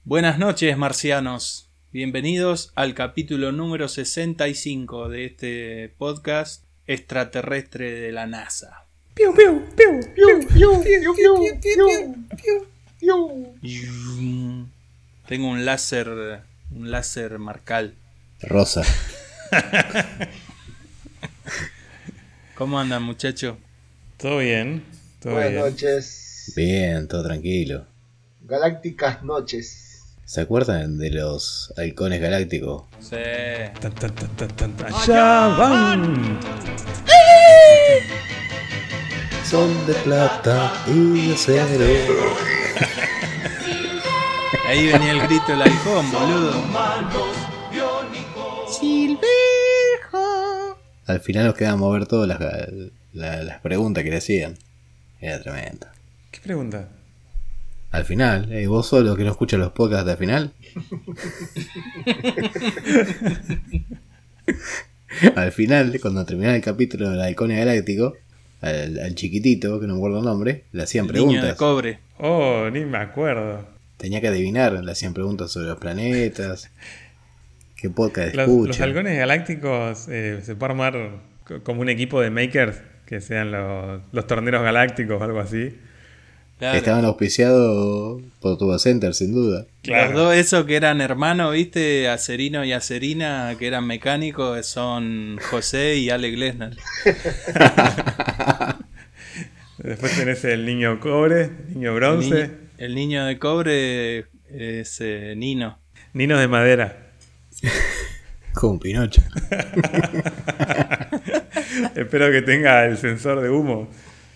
Buenas noches, marcianos. Bienvenidos al capítulo número 65 de este podcast extraterrestre de la NASA. Piu, piu, piu, piu, piu, piu, piu, piu, piu, piu. Tengo un láser marcal. Rosa. ¿Cómo andan, muchachos? Todo bien, todo Buenas bien. noches. Bien, todo tranquilo. Galácticas noches. ¿Se acuerdan de los halcones galácticos? Sí. Tan, tan, tan, tan, tan. ¡Allá van! Son de plata y de acero. Ahí venía el grito del halcón, boludo. Silvejo. Al final nos quedamos a ver todas las preguntas que le hacían. Era tremendo. ¿Qué pregunta? Al final, vos solo que no escuchas los podcasts de al final. Al final, cuando terminaba el capítulo del halcón galáctico, al chiquitito, que no me acuerdo el nombre, le hacían El niño de preguntas. cobre. Oh, ni me acuerdo. Tenía que adivinar, le hacían preguntas sobre los planetas, qué podcast Los escucha. halcones galácticos se puede armar como un equipo de makers que sean los torneros galácticos o algo así. Claro. Estaban auspiciados por Tubo Center, sin duda. Claro. Los dos esos que eran hermanos, ¿viste? Acerino y Acerina, que eran mecánicos, son José y Ale Glesner. Después tenés el niño cobre, niño bronce, El niño de cobre es Nino. ninos de madera. Como Pinocho. Espero que tenga el sensor de humo.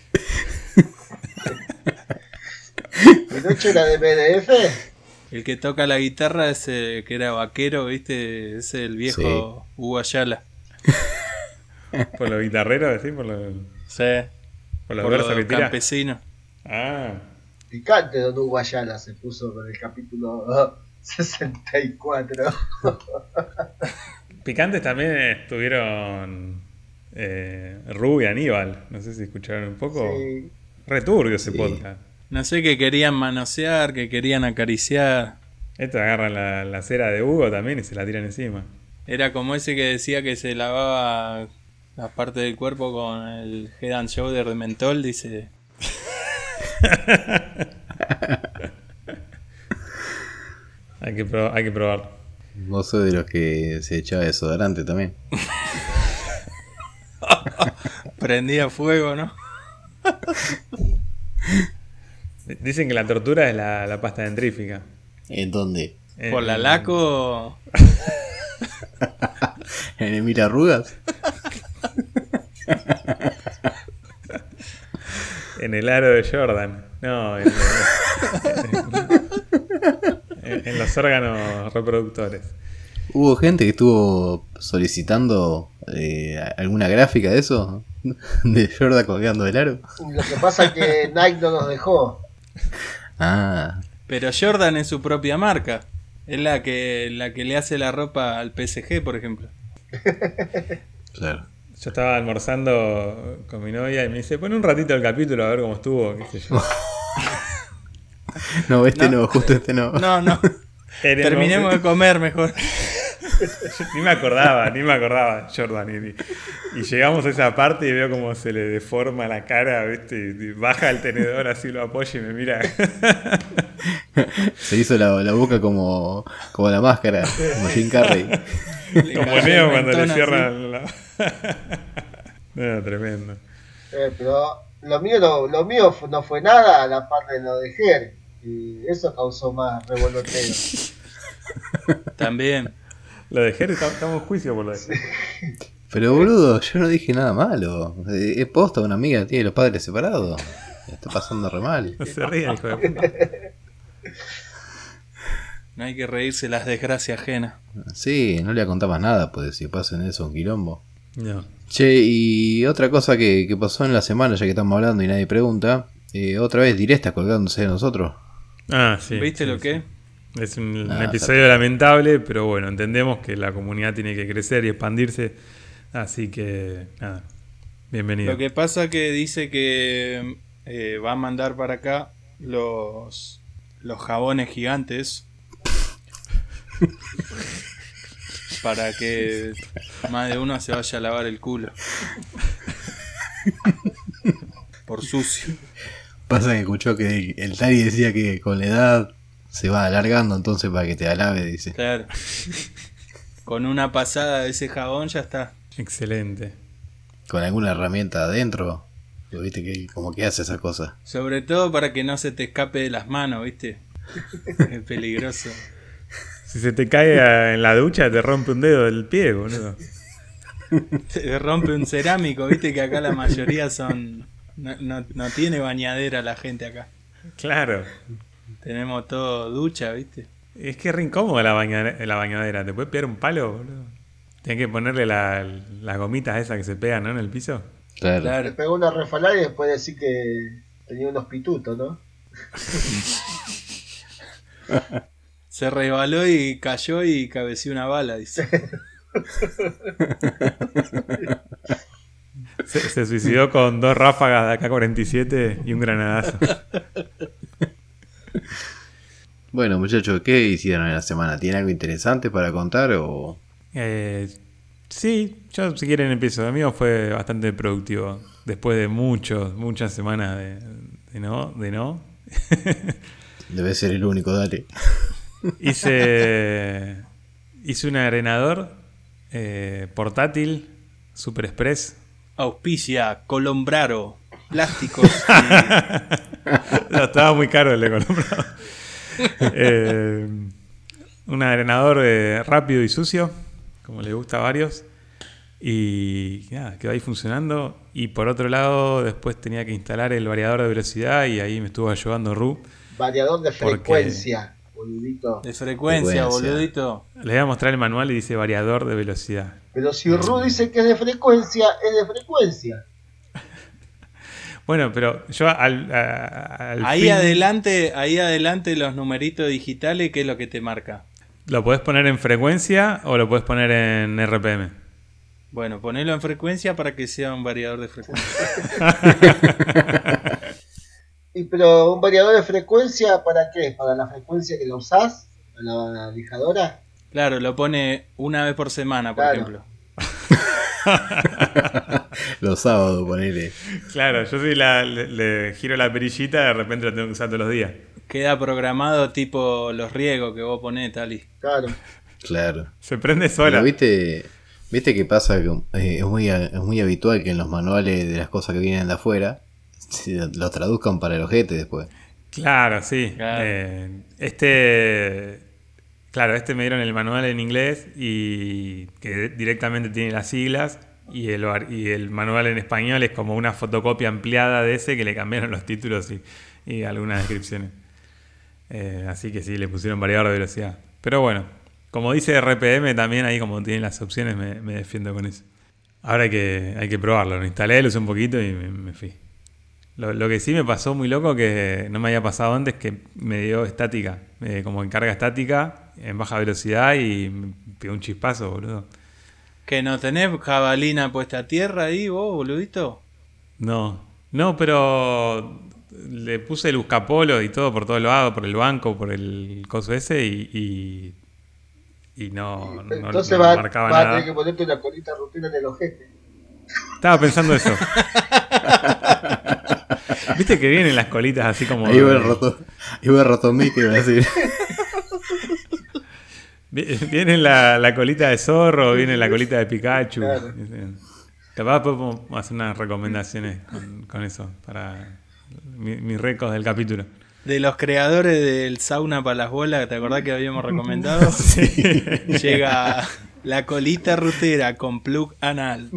¿Pinocho era de BDF? El que toca la guitarra es que era vaquero, ¿viste? Es el viejo Hugo Ayala. Por los guitarreros, ¿sí? Por los Sí, por versos los que tira. campesinos. Ah, Picante Don Hugo Ayala se puso con el capítulo 64. picantes también estuvieron Ruby y Aníbal. No sé si escucharon un poco. Sí. Returbio ese Sí. podcast. No sé, que querían manosear, que querían acariciar. Estos agarran la cera de Hugo también y se la tiran encima. Era como ese que decía que se lavaba la parte del cuerpo con el Head and Shoulder de mentol, dice. Hay que probar. Vos sos de los que se echaba desodorante también. Prendía fuego, ¿no? Dicen que la tortura es la pasta dentrífica. ¿En dónde? Por la laco. ¿En el Mira Arrugas? En el aro de Jordan. No, en los órganos reproductores. ¿Hubo gente que estuvo solicitando alguna gráfica de eso? ¿De Jordan colgando del aro? Lo que pasa es que Nike no nos dejó. Ah, Pero Jordan es su propia marca. Es la que le hace la ropa al PSG, por ejemplo. claro. Yo estaba almorzando con mi novia y me dice, pon un ratito el capítulo a ver cómo estuvo, qué sé yo. No, no, justo este no. No, no. Era Terminemos de comer mejor. Ni me acordaba Jordan. Y llegamos a esa parte y veo como se le deforma la cara, ¿viste? Y baja el tenedor, así lo apoya y me mira. Se hizo la boca como la máscara, como Jim Carrey. Como cayó Neo el cuando le mentón cierran la... No, tremendo. Pero lo mío no fue nada a la parte de lo de Ger. Y eso causó más revoloteo. También. Lo de Jerry, estamos en juicio por lo de Jerry. Pero boludo, yo no dije nada malo. Es posta, una amiga tiene los padres separados. La está pasando re mal. No se ríe, hijo de puta. No hay que reírse las desgracias ajenas. Sí, no le contaba nada, pues si pasan eso un quilombo. No. Che, y otra cosa que pasó en la semana, ya que estamos hablando y nadie pregunta, otra vez directas colgándose de nosotros. Ah, sí. ¿Viste sí, lo que? sí. Es un Ah, episodio lamentable, pero bueno, entendemos que la comunidad tiene que crecer y expandirse. Así que, nada, bienvenido. Lo que pasa que dice que va a mandar para acá los jabones gigantes Para que más de uno se vaya a lavar el culo. Por sucio. Pasa que escuchó que el Tari decía que con la edad se va alargando, entonces para que te alabe, dice. Claro. Con una pasada de ese jabón ya está. Excelente. Con alguna herramienta adentro, viste que como que hace esa cosa. Sobre todo para que no se te escape de las manos, ¿viste? Es peligroso. Si se te cae en la ducha, te rompe un dedo del pie, boludo. Te rompe un cerámico, ¿viste? Que acá la mayoría son... No tiene bañadera la gente acá. Claro. Tenemos todo ducha, ¿viste? Es que es re incómoda la bañadera. ¿Te puede pegar un palo, boludo? Tienes que ponerle las gomitas esas que se pegan, ¿no? En el piso. Claro. Le pegó una refalada y después decir que tenía unos pitutos, ¿no? Se resbaló y cayó y cabeció una bala, dice. Se suicidó con 2 ráfagas de AK-47 y un granadazo. Bueno, muchachos, ¿qué hicieron en la semana? ¿Tienen algo interesante para contar o...? Sí, yo si quieren empiezo. El mío fue bastante productivo. Después de muchas semanas de no. Debe ser el único, dale. Hice un arenador portátil Super Express. Auspicia, Colombraro, plásticos. No, estaba muy caro el de Colombrado. Un arenador rápido y sucio, como le gusta a varios. Y nada, quedó ahí funcionando. Y por otro lado, después tenía que instalar el variador de velocidad y ahí me estuvo ayudando Ru. Variador de frecuencia, boludito. De frecuencia, boludito. Les voy a mostrar el manual y dice variador de velocidad. Pero si Ru dice que es de frecuencia, es de frecuencia. Bueno, pero yo ahí adelante los numeritos digitales, ¿qué es lo que te marca? ¿Lo podés poner en frecuencia o lo podés poner en RPM? Bueno, ponelo en frecuencia para que sea un variador de frecuencia. Pero un variador de frecuencia, ¿para qué? ¿Para la frecuencia que lo usás? ¿Para la lijadora? Claro, lo pone una vez por semana, por ejemplo. Los sábados, ponele. Claro, yo si le giro la perillita, de repente lo tengo que usar todos los días. Queda programado tipo los riegos que vos ponés, Tali. Claro. Se prende sola. Pero viste que pasa que es muy habitual que en los manuales de las cosas que vienen de afuera los traduzcan para el ojete después. Claro, sí. Claro. Este me dieron el manual en inglés y que directamente tiene las siglas y el manual en español es como una fotocopia ampliada de ese que le cambiaron los títulos y algunas descripciones. Así que sí, le pusieron variador de velocidad. Pero bueno, como dice RPM también ahí como tienen las opciones me defiendo con eso. Ahora hay que probarlo. Lo instalé, lo usé un poquito y me fui. Lo que sí me pasó muy loco, que no me había pasado antes, que me dio estática, como en carga estática, en baja velocidad y me pegó un chispazo, boludo. ¿Que no tenés jabalina puesta a tierra ahí vos, boludito? No, pero le puse el buscapolo y todo por todos lados, por el banco, por el coso ese y no Entonces no va marcaba a nada. tener que ponerte una colita rutina en el ojete. Estaba pensando eso. Viste que vienen las colitas así como... Ahí va el Rotomí que iba a decir. Viene la colita de zorro, viene la colita de Pikachu. Claro. Capaz podemos hacer unas recomendaciones con eso para mis récords del capítulo. De los creadores del sauna para las bolas, ¿te acordás que habíamos recomendado? Sí. Llega la colita rutera con plug anal.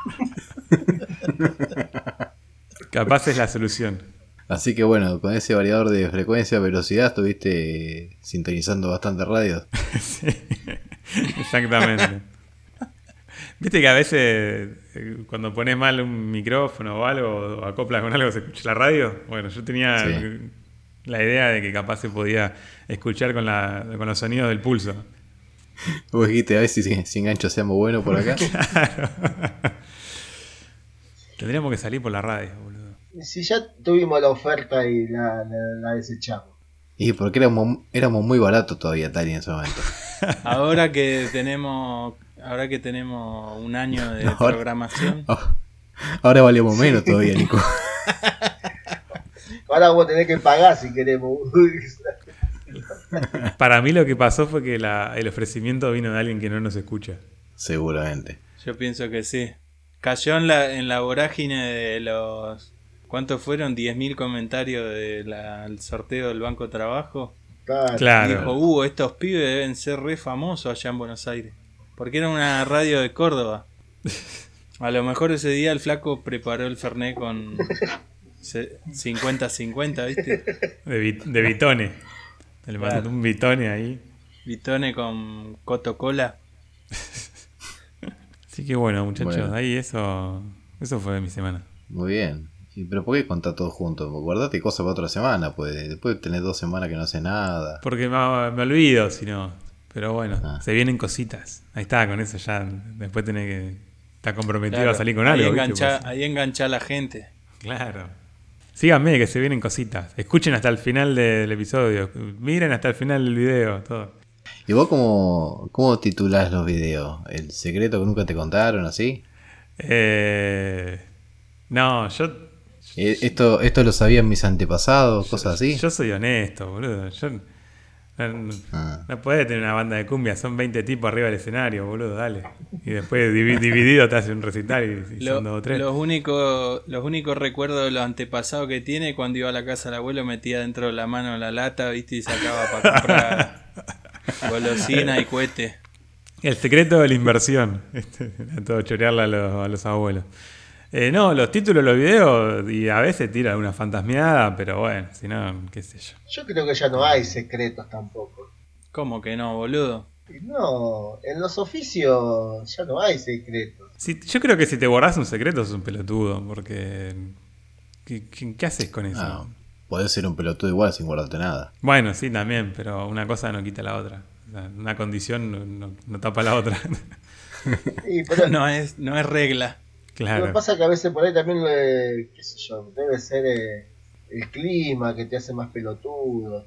Capaz es la solución. Así que bueno, con ese variador de frecuencia, velocidad, estuviste sintonizando bastante radios. Sí, exactamente. Viste que a veces cuando pones mal un micrófono o algo, o acoplas con algo, se escucha la radio. Bueno, yo tenía la idea de que capaz se podía escuchar con los sonidos del pulso. Vos dijiste, a ver si engancho seamos buenos por acá. Claro. Tendríamos que salir por la radio, boludo. Si ya tuvimos la oferta y la desechamos. Y porque éramos muy baratos todavía, Tali, en ese momento. Ahora que tenemos un año de programación. Ahora valemos menos todavía, Nico. Ahora vos tenés que pagar si queremos. Para mí lo que pasó fue que el ofrecimiento vino de alguien que no nos escucha. Seguramente. Yo pienso que sí. Cayó en la vorágine de los... ¿Cuántos fueron? 10.000 comentarios del sorteo del Banco de Trabajo. Claro. Dijo, estos pibes deben ser re famosos allá en Buenos Aires. Porque era una radio de Córdoba. A lo mejor ese día el flaco preparó el Fernet con 50-50, ¿viste? De Vitone. Le mandó Claro. un Vitone ahí. Vitone con Coto Cola. Así que bueno, muchachos, Bueno. ahí eso fue mi semana. Muy bien. Pero ¿por qué contar todo junto? Guardate cosas para otra semana, pues. Después tenés 2 semanas que no haces nada. Porque me olvido, si no. Pero bueno, Ah. se vienen cositas. Ahí está, con eso ya. Después tenés que estar comprometido Claro, a salir con ahí algo. ¿viste? engancha, Pues, ahí engancha a la gente. claro. Síganme, que se vienen cositas. Escuchen hasta el final del episodio. Miren hasta el final del video. Todo. ¿Y vos cómo titulás los videos? ¿El secreto que nunca te contaron, así? No, yo ¿Esto lo sabían mis antepasados? Cosas así. Yo soy honesto, boludo. No podés tener una banda de cumbia, son 20 tipos arriba del escenario, boludo, dale. Y después dividido te hace un recital y son 2 o 3. Los únicos recuerdos de los antepasados que tiene, cuando iba a la casa del abuelo, metía dentro de la mano la lata, ¿viste? Y sacaba para comprar golosina y cohete. El secreto de la inversión. Era todo chorearla a los abuelos. No, los títulos de los videos, y a veces tira alguna fantasmeada, pero bueno, si no, qué sé yo. Yo creo que ya no hay secretos tampoco. ¿Cómo que no, boludo? Y no, en los oficios ya no hay secretos. Yo creo que si te borrás un secreto sos un pelotudo, porque... ¿Qué haces con eso? Ah, podés ser un pelotudo igual sin guardarte nada. Bueno, sí, también, pero una cosa no quita la otra. O sea, una condición no tapa la otra. Y, pero, No es regla. Lo que Claro. pasa es que a veces por ahí también, qué sé yo, debe ser el clima que te hace más pelotudo.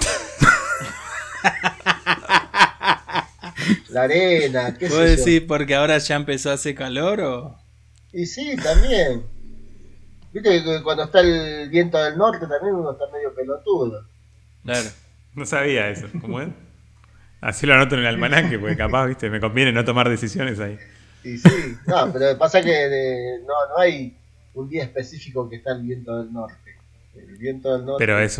La arena, qué ¿Vos sé yo. decís porque ahora ya empezó a hacer calor o...? Y sí, también. Viste que cuando está el viento del norte también uno está medio pelotudo. Claro. No sabía eso. ¿Cómo es? Así lo anoto en el almanaque, porque capaz, viste, me conviene no tomar decisiones ahí. Y sí, no, pero pasa que no hay un día específico que está el viento del norte. El viento del norte. Pero es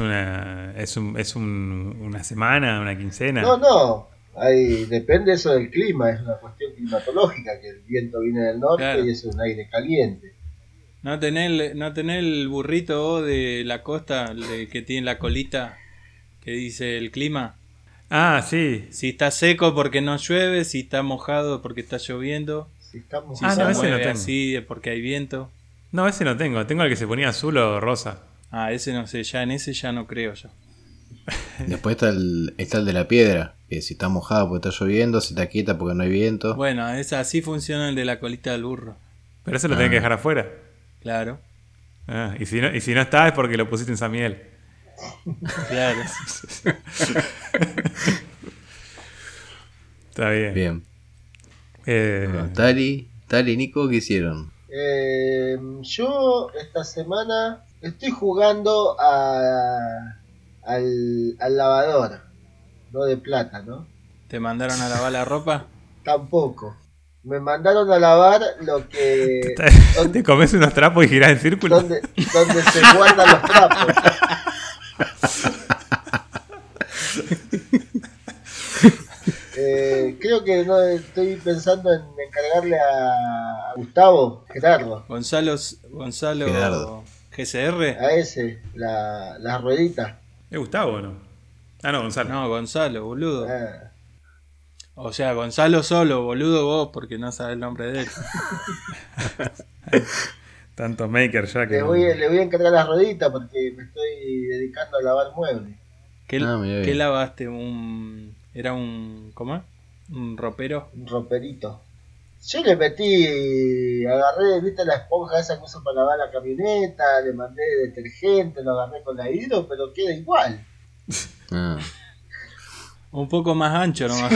una semana, una quincena. No. Depende eso del clima, es una cuestión climatológica, que el viento viene del norte Claro. y es un aire caliente. ¿No tenés el burrito vos de la costa, que tiene la colita que dice el clima? Ah, sí. Si está seco porque no llueve, si está mojado porque está lloviendo, Si estamos si Ah, se no, ese mueve no tengo. así es porque hay viento. No, ese no tengo. Tengo el que se ponía azul o rosa. Ah, ese no sé, ya en ese ya no creo yo. Después está el de la piedra, que si está mojada porque está lloviendo, si está quieta porque no hay viento. Bueno, así funciona el de la colita del burro. Pero eso lo tenés que dejar afuera. Claro, Ah, y si no está es porque lo pusiste en San Miguel. claro. Está bien. Bien. Eh, Tali y Nico, ¿qué hicieron? Yo esta semana estoy jugando al lavador, no de plata, ¿no? ¿Te mandaron a lavar la ropa? Tampoco. Me mandaron a lavar lo que te comes unos trapos y girás en círculo. donde se guardan los trapos. Creo que no estoy pensando en encargarle a Gustavo, Gerardo, Gonzalo Gerardo. GCR. a ese, la ruedita. ¿Es Gustavo o no? Ah, no, Gonzalo. No, Gonzalo, boludo. Ah, O sea, Gonzalo solo, boludo vos, porque no sabes el nombre de él. Tanto maker ya que. le voy a encargar la ruedita porque me estoy dedicando a lavar muebles. ¿Qué, Mira qué bien. lavaste? ¿Era un... ¿Cómo es? ¿Un ropero? Un roperito. Yo le metí, agarré, viste la esponja esa que uso para lavar la camioneta, le mandé detergente, lo agarré con la hidro, pero queda igual. Ah. Un poco más ancho nomás.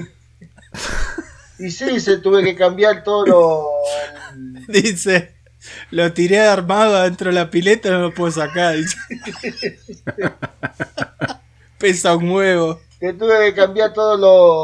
Y sí, se tuve que cambiar todo lo... Dice, lo tiré armado adentro de la pileta, no lo puedo sacar. Dice. Pesa un huevo. Que tuve que cambiar todos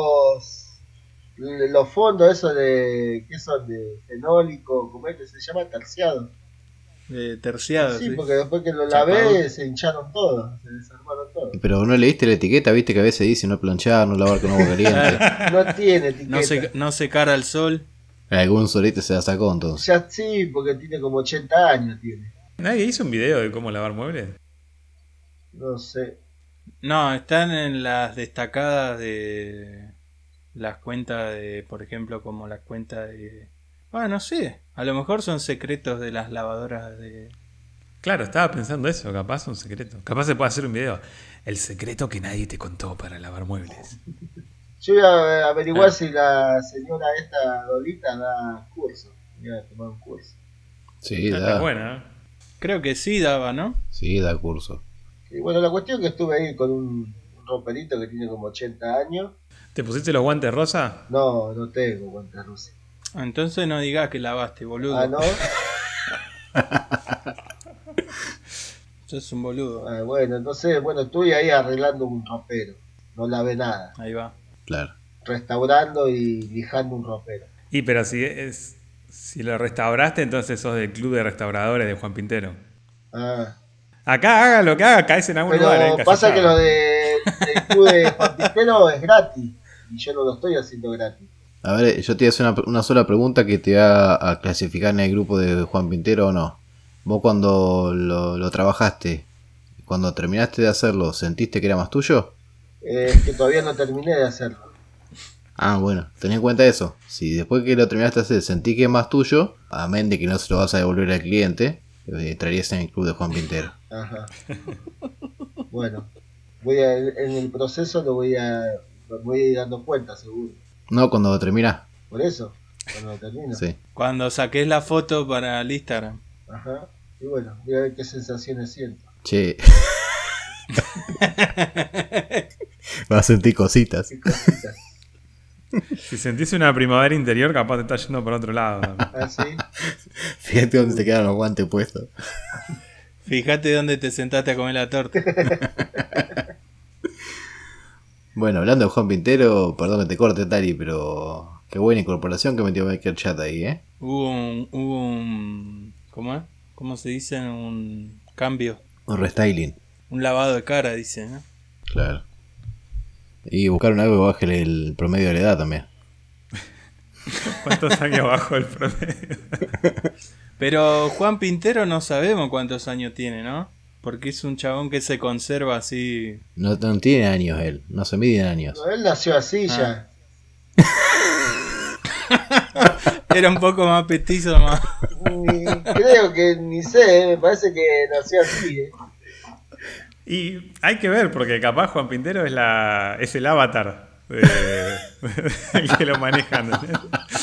los fondos, esos de... ¿Qué son? De fenólico, ¿cómo es que se llama? Terciado. Terciado, Sí, sí. porque después que lo Chapado. lavé se hincharon todos, se desarmaron todos. Pero no leíste la etiqueta, viste que a veces dice no planchar, no lavar con agua caliente. No tiene etiqueta. No secar al sol. Algún solito se la sacó entonces. Ya sí, porque tiene como 80 años, tiene. ¿Nadie hizo un video de cómo lavar muebles? No sé. No, están en las destacadas de las cuentas de, por ejemplo, como la cuenta de... no sé, a lo mejor son secretos de las lavadoras de... Claro, estaba pensando eso, capaz un secreto. Capaz se puede hacer un video. El secreto que nadie te contó para lavar muebles. Yo voy a averiguar si la señora esta Dolita da curso. Voy a tomar un curso. Sí, Está da. buena, ¿eh? Creo que sí daba, ¿no? Sí, da curso. Y bueno, la cuestión es que estuve ahí con un romperito que tiene como 80 años. ¿Te pusiste los guantes rosa? No, no tengo guantes rusos. Entonces no digas que lavaste, boludo. Ah, ¿no? Sos un boludo. Ah, bueno, entonces, bueno, estuve ahí arreglando un ropero. No lavé nada. Ahí va. Claro. Restaurando y lijando un ropero. Y pero si lo restauraste, entonces sos del club de restauradores de Juan Pintero. Ah. Acá haga lo que haga, caes en algún Pero lugar, pasa encasillado. que lo del club de Juan Pintero es gratis. Y yo no lo estoy haciendo gratis. A ver, yo te voy a hacer una sola pregunta que te va a clasificar en el grupo de Juan Pintero o no. Vos cuando lo trabajaste, cuando terminaste de hacerlo, ¿sentiste que era más tuyo? Es que todavía no terminé de hacerlo. Ah, bueno, ten en cuenta eso. Si después que lo terminaste de hacer sentí que es más tuyo, amén de que no se lo vas a devolver al cliente, traerías en el club de Juan Pintero. Ajá. Bueno, en el proceso me voy a ir dando cuenta, seguro. No, cuando lo terminás. Por eso, cuando lo termino. Sí. Cuando saques la foto para el Instagram. Ajá. Y bueno, voy a ver qué sensaciones siento. Che. Vas a sentir cositas. Qué cositas. Si sentís una primavera interior, capaz te está yendo por otro lado. Así. Fíjate dónde te quedan los guantes puestos. Fíjate dónde te sentaste a comer la torta. Bueno, hablando de Juan Pintero, perdón que te corte, Tari, pero qué buena incorporación que metió Maker Chat ahí, ¿eh? Hubo un ¿cómo es? ¿Cómo se dice? Un cambio. Un restyling, Un lavado de cara, dice, ¿no? claro. Y buscaron algo que baje el promedio de la edad también. ¿Cuántos años bajo el promedio? Pero Juan Pintero no sabemos cuántos años tiene, ¿no? Porque es un chabón que se conserva así. No tiene años él, no se mide en años. No, él nació así ya. Era un poco más petizo, más. Creo que ni sé, me parece que nació así. Y hay que ver, porque capaz Juan Pintero es el avatar el que lo maneja. ¿Entendés?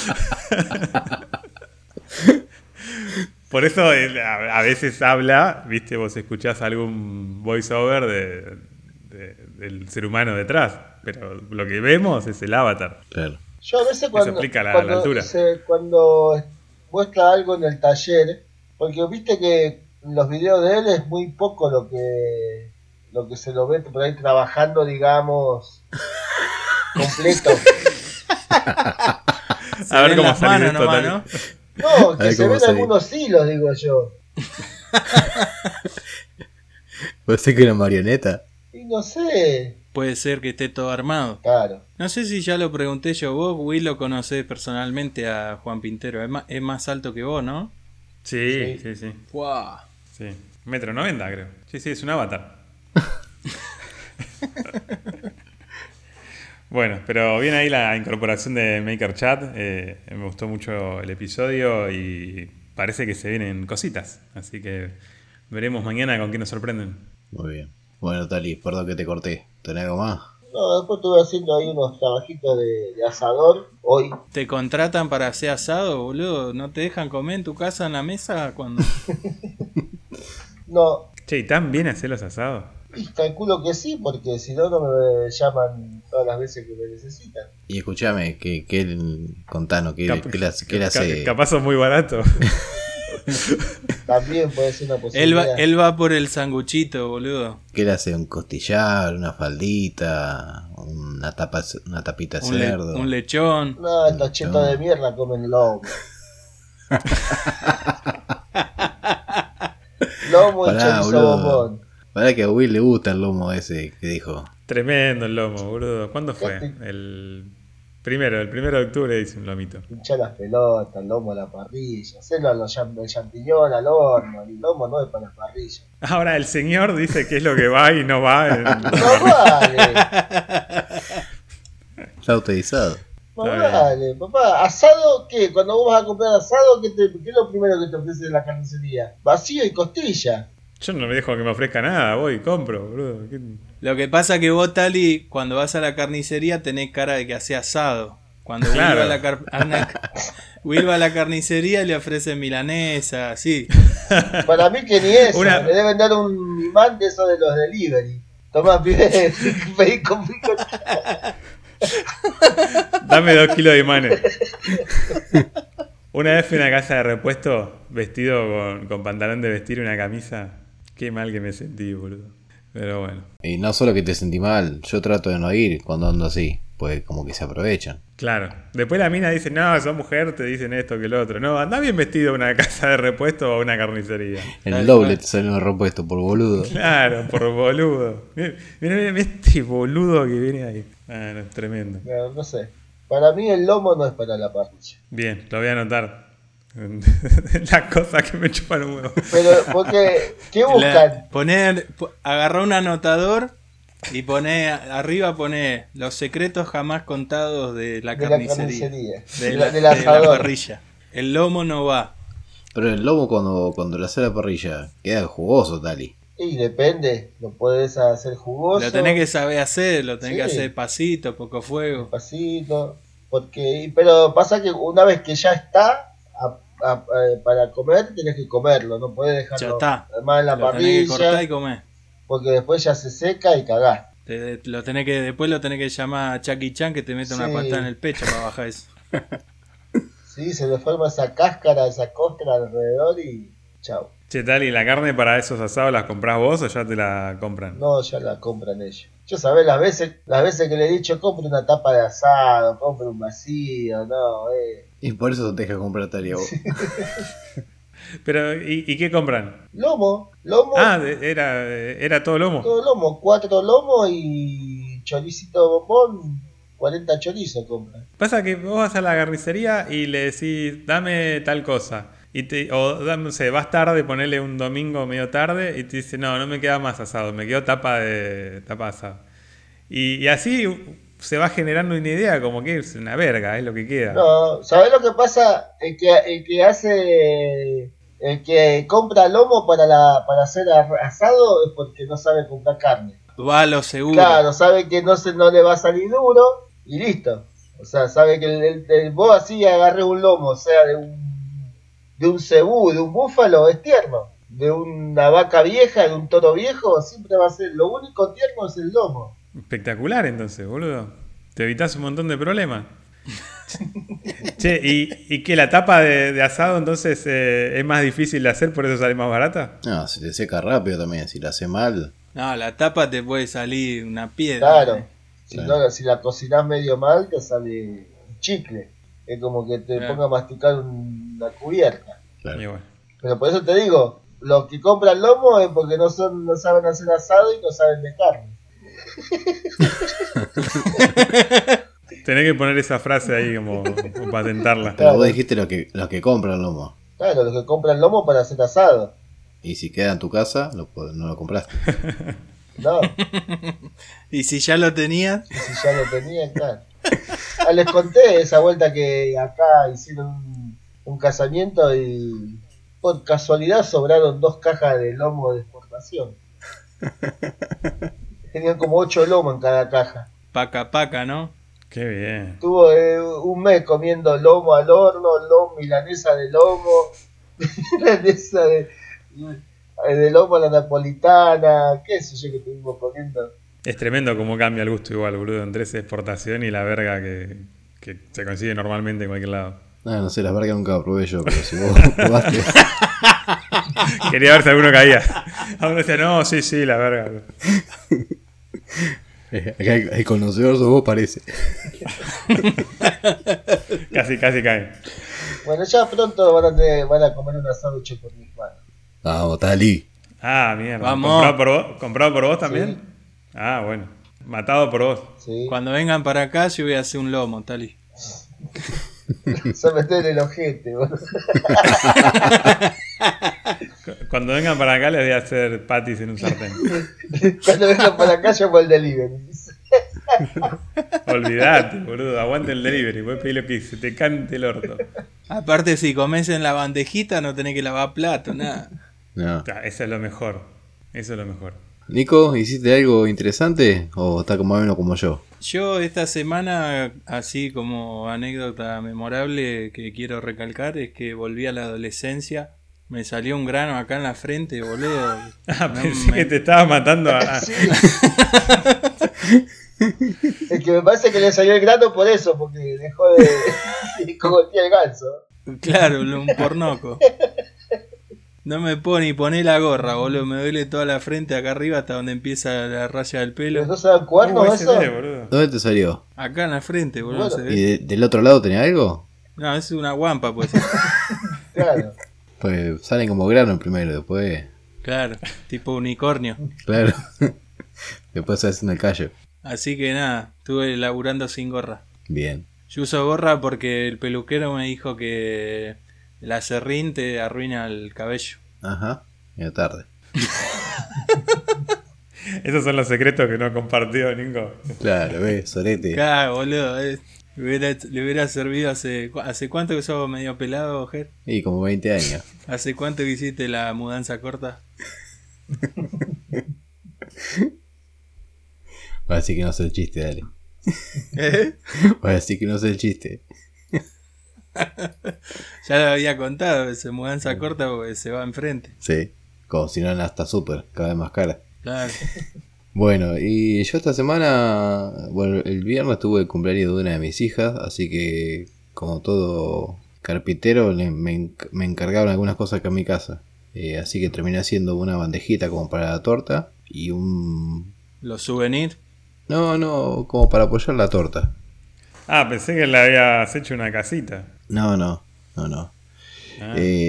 Por eso a veces habla, viste, vos escuchás algún voiceover del ser humano detrás, pero lo que vemos es el avatar. Claro. Yo a veces cuando, explica la cuando, altura. cuando muestra algo en el taller, porque viste que en los videos de él es muy poco lo que se lo ve por ahí trabajando, digamos, completo. A ver ven cómo las salís de manos esto, nomás, Tali. ¿no? No, A que ver se cómo ven salí. algunos hilos, digo yo. ¿Puede ser que una marioneta? Y no sé, Puede ser que esté todo armado. claro. No sé si ya lo pregunté yo. Vos, Will, lo conocés personalmente a Juan Pintero. Es más alto que vos, ¿no? Sí, sí, sí. ¡Wow! Sí. 1,90 m, creo. Sí, sí, es un avatar. Bueno, pero viene ahí la incorporación de Maker Chat. Me gustó mucho el episodio y parece que se vienen cositas. Así que veremos mañana con qué nos sorprenden. Muy bien. Bueno, Tali, perdón que te corté. ¿Tenés algo más? No, después estuve haciendo ahí unos trabajitos de asador hoy. ¿Te contratan para hacer asado, boludo? ¿No te dejan comer en tu casa en la mesa cuando...? No, Che, ¿y tan bien hacer los asados? Y calculo que sí, porque si no, no me llaman todas las veces que me necesitan. Y escúchame, contanos, ¿qué le hace? Capaz son muy baratos. También puede ser una Él posibilidad. va por el sanguchito, boludo. ¿Qué le hace? ¿Un costillar, una faldita, una tapita de cerdo? Un lechón. No, estos chetos de mierda comen lomo. Lomo y Pará, chorizo boludo. bombón. Pará que a Will le gusta el lomo ese que dijo. Tremendo el lomo, boludo. ¿Cuándo fue? El primero de octubre hice un lomito. Hinchar las pelotas, el lomo a la parrilla, hacerlo el champiñón al horno, el lomo no es para la parrilla. Ahora el señor dice qué es lo que va y no va. No vale, Está autorizado. no Está bien. vale, papá. ¿Asado qué? Cuando vos vas a comprar asado, ¿qué es lo primero que te ofrece en la carnicería? Vacío y costilla. Yo no me dejo que me ofrezca nada, voy y compro, boludo. Lo que pasa que vos, Tali, cuando vas a la carnicería tenés cara de que hace asado. Cuando Claro. Will va a la carnicería y le ofrecen milanesa, así. Para mí que ni eso, Una- le deben dar un imán de esos de los delivery. Tomá, pibe, pedí con pico. Dame 2 kilos de imanes. Una vez fui a una casa de repuesto vestido con pantalón de vestir y una camisa. Qué mal que me sentí, boludo. Pero bueno. Y no solo que te sentí mal, yo trato de no ir cuando ando así, pues como que se aprovechan. Claro. Después la mina dice, no, sos mujer, te dicen esto que lo otro. No, andá bien vestido a una casa de repuesto o a una carnicería. El Tal doble cual. te sale un repuesto por boludo. Claro, por boludo. Mira este boludo que viene ahí. Ah, no, es tremendo. No sé. Para mí el lomo no es para la parrilla. Bien, lo voy a anotar. Las cosas que me chupan un huevo. Pero, porque, ¿qué buscan? Agarrá un anotador y arriba pone los secretos jamás contados de la De la carnicería. carnicería. De la, Del de la asador. parrilla. El lomo no va. Pero el lomo cuando lo hace a la parrilla queda jugoso, Tali. Y depende, lo puedes hacer jugoso. Lo tenés que saber hacer, lo tenés Sí. que hacer despacito, poco fuego. Despacito. Pero pasa que una vez que ya está para comer, tenés que comerlo. No puedes Ya dejarlo está. más en la Lo tenés que cortar y parrilla. comer. Porque después ya se seca y cagás. Después lo tenés que llamar a Chucky Chan que te meta una Sí. patada en el pecho para bajar eso. Sí, se le forma esa cáscara, esa costra alrededor y chao. Che, tal, ¿y la carne para esos asados las comprás vos o ya te la compran? No, ya la compran ellos. Yo sabés las veces que le he dicho compre una tapa de asado, compre un vacío, no, Y por eso te deja comprar Tali a vos. Pero, ¿y qué compran? Lomo, Ah, era todo lomo. todo lomo, 4 lomos y choricito bombón, 40 chorizos compran. Pasa que vos vas a la carnicería y le decís, dame tal cosa. No sé, vas tarde, ponele un domingo medio tarde y te dice, no me queda más asado, me quedó tapa de asado. Y así se va generando una idea como que es una verga, es lo que queda. No, ¿sabés lo que pasa? El que compra lomo para hacer asado es porque no sabe comprar carne. Va a lo seguro. Claro, sabe que no le va a salir duro y listo. O sea, sabe que vos así agarrés un lomo, o sea, de un cebú, de un búfalo, es tierno. De una vaca vieja, de un toro viejo, siempre va a ser. Lo único tierno es el lomo. Espectacular entonces, boludo. Te evitas un montón de problemas. Che, ¿y qué? ¿La tapa de asado entonces es más difícil de hacer, por eso sale más barata? No, se te seca rápido también. Si lo hace mal, No, la tapa te puede salir una piedra. Claro. Claro. Si la cocinás medio mal, te sale un chicle. Es como que te Claro. ponga a masticar una cubierta. claro. Y bueno. Pero por eso te digo, los que compran lomo es porque no saben hacer asado y no saben de carne. Tenés que poner esa frase ahí como patentarla. Pero Claro. vos dijiste los que compran lomo. Claro, los que compran lomo para hacer asado. Y si queda en tu casa, no lo compraste. No, Y si ya lo tenías, si ya lo tenían, claro. Ah, les conté esa vuelta que acá hicieron un casamiento y por casualidad sobraron 2 cajas de lomo de exportación. Tenían como 8 lomos en cada caja. paca, ¿no? Qué bien. Estuve un mes comiendo lomo al horno, milanesa de lomo, milanesa de... de lomo a la napolitana, qué sé yo que estuvimos comiendo. Es tremendo cómo cambia el gusto igual, boludo, entre esa exportación y la verga que se consigue normalmente en cualquier lado. No sé, las vergas nunca probé yo, pero si vos probaste. Quería ver si alguno caía. Alguno decía, no, sí, la verga. El conocedor sos vos, parece. Casi caen. Bueno, ya pronto van a comer un asado hecho por mis manos. Vamos, Tali. Ah, mierda. Vamos. ¿Comprado por vos también? Sí. Ah, bueno. Matado por vos. Sí. Cuando vengan para acá, yo voy a hacer un lomo, Tali. Se meten en el ojete, boludo. Cuando vengan para acá les voy a hacer patis en un sartén. Cuando vengan para acá, llamo el delivery. Olvidate, boludo. Aguante el delivery. Puedes pedir lo que se te cante el orto. Aparte, si comes en la bandejita, no tenés que lavar plato, nada. No. Eso es lo mejor. Eso es lo mejor. Nico, ¿hiciste algo interesante? ¿O está como menos como yo? Yo esta semana, así como anécdota memorable que quiero recalcar, es que volví a la adolescencia. Me salió un grano acá en la frente, boludo. Ah, No pensé me- que te estabas matando a... Sí. Es que me parece que le salió el grano por eso, porque dejó de cogotear el ganso. Claro, un pornoco. No me puedo ni poner la gorra, boludo. Me duele toda la frente acá arriba hasta donde empieza la raya del ¿Pero pelo. no se dan cuernos ese eso? duele, boludo. ¿Dónde te salió? Acá en la frente, boludo. Bueno. ¿Se ve? ¿Y del otro lado tenía algo? No, es una guampa, pues. Claro. Pues salen como grano primero, después. Claro, tipo unicornio. Claro. Después se hacen el callo. Así que nada, estuve laburando sin gorra. Bien. Yo uso gorra porque el peluquero me dijo que el aserrín te arruina el cabello. Ajá. Medio tarde. Esos son los secretos que no compartió Nico. Claro, ves, sorete. Claro, boludo. Le hubiera servido ¿hace cuánto que sos medio pelado, Ger? Y como 20 años. ¿Hace cuánto que hiciste la mudanza corta? Va a decir que no sé el chiste, dale. ¿Eh? Va a decir que no sé el chiste. Ya lo había contado, esa mudanza corta porque se va enfrente. Sí. Como si no era hasta súper, cada vez más cara. Claro. Bueno, y yo esta semana, bueno, el viernes tuve el cumpleaños de una de mis hijas, así que como todo carpintero me encargaron algunas cosas acá en mi casa. Así que terminé haciendo una bandejita como para la torta y un... Los souvenirs. No, como para apoyar la torta. Ah, pensé que le habías hecho una casita. No. Ah.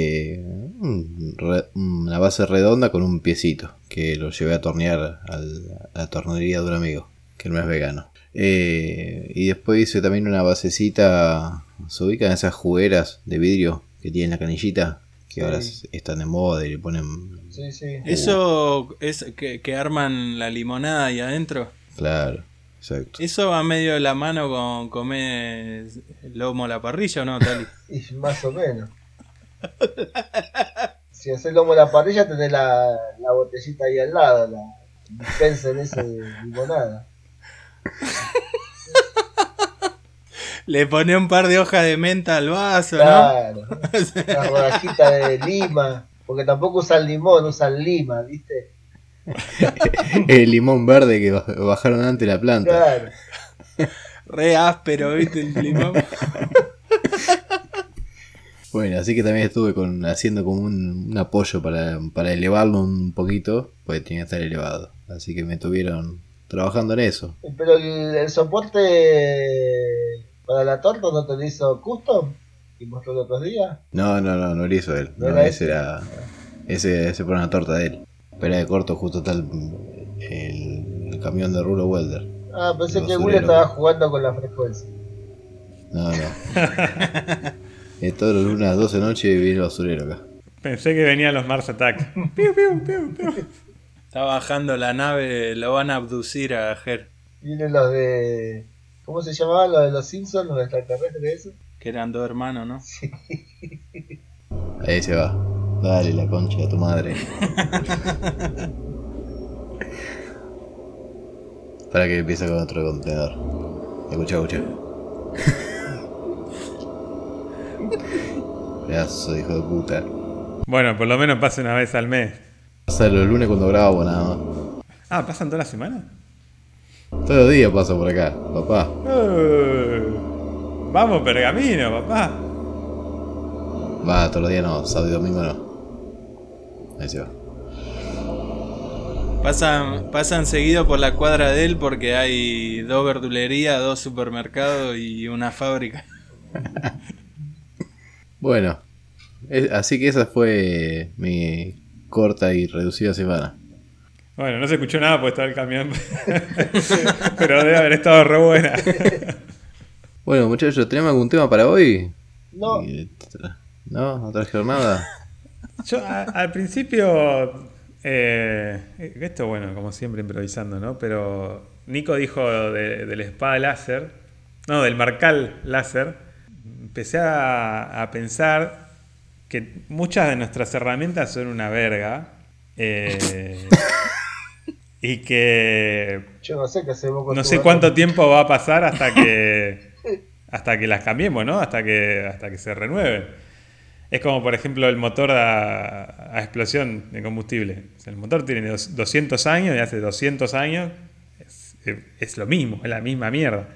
Una base redonda con un piecito que lo llevé a tornear a la tornería de un amigo que no es vegano. Y después hice también una basecita. Se ubican esas jugueras de vidrio que tienen la canillita que Sí. ahora están de moda y le ponen. Sí, sí. Eso es que arman la limonada ahí adentro. Claro, exacto. ¿Eso va medio de la mano con comer lomo a la parrilla o no, Tali? Y más o menos. Si haces lomo a la parrilla, tenés la botellita ahí al lado, la dispenser ese de limonada. Le pone un par de hojas de menta al vaso, ¿no? Claro. Una rodajita de lima. Porque tampoco usan limón, usan lima, ¿viste? El limón verde que bajaron antes la planta. Claro. Re áspero, ¿viste? El limón. Bueno, así que también estuve haciendo como un apoyo para elevarlo un poquito, porque tenía que estar elevado. Así que me tuvieron trabajando en eso. Pero el soporte para la torta no te lo hizo custom y mostró el otro día. No lo hizo él. ¿No No, era ese era. Ese fue una torta de él. Pero era de corto, justo está el camión de Rulo Welder. Ah, pensé El que Will basurero. estaba jugando con la frecuencia. No. Todos los lunes a las 12 de noche viene el basurero acá. Pensé que venían los Mars Attack. Piu, piu, piu, piu. Está bajando la nave, lo van a abducir a Ger, Vienen los de... ¿Cómo se llamaban los de los Simpsons? Los extraterrestres de eso. que eran dos hermanos, ¿no? Ahí se va. Dale la concha de tu madre. Para que empiece con otro contenedor. Escucha. Pedazo de hijo de puta. Bueno, por lo menos pase una vez al mes. Pasa los lunes cuando grabo nada más. Ah, ¿pasan toda la semana? Todos los días paso por acá, papá. Vamos, Pergamino, papá. Va, todos los días no, sábado y domingo no. Ahí se va. Pasan seguido por la cuadra de él porque hay 2 verdulerías, 2 supermercados y una fábrica. Bueno, así que esa fue mi corta y reducida semana. Bueno, no se escuchó nada porque estaba el camión. Pero debe haber estado re buena. Bueno, muchachos, ¿tenemos algún tema para hoy? No, ¿No? ¿No trajeron nada? Yo al principio, esto bueno, como siempre improvisando, ¿no? Pero Nico dijo de la espada láser, no, del marcal láser. Empecé a pensar que muchas de nuestras herramientas son una verga. Y que yo no sé qué hacemos con no tu sé herramienta. cuánto tiempo va a pasar hasta que las cambiemos, ¿no? Hasta que se renueven. Es como, por ejemplo, el motor a explosión de combustible. O sea, el motor tiene 200 años y hace 200 años es lo mismo, es la misma mierda.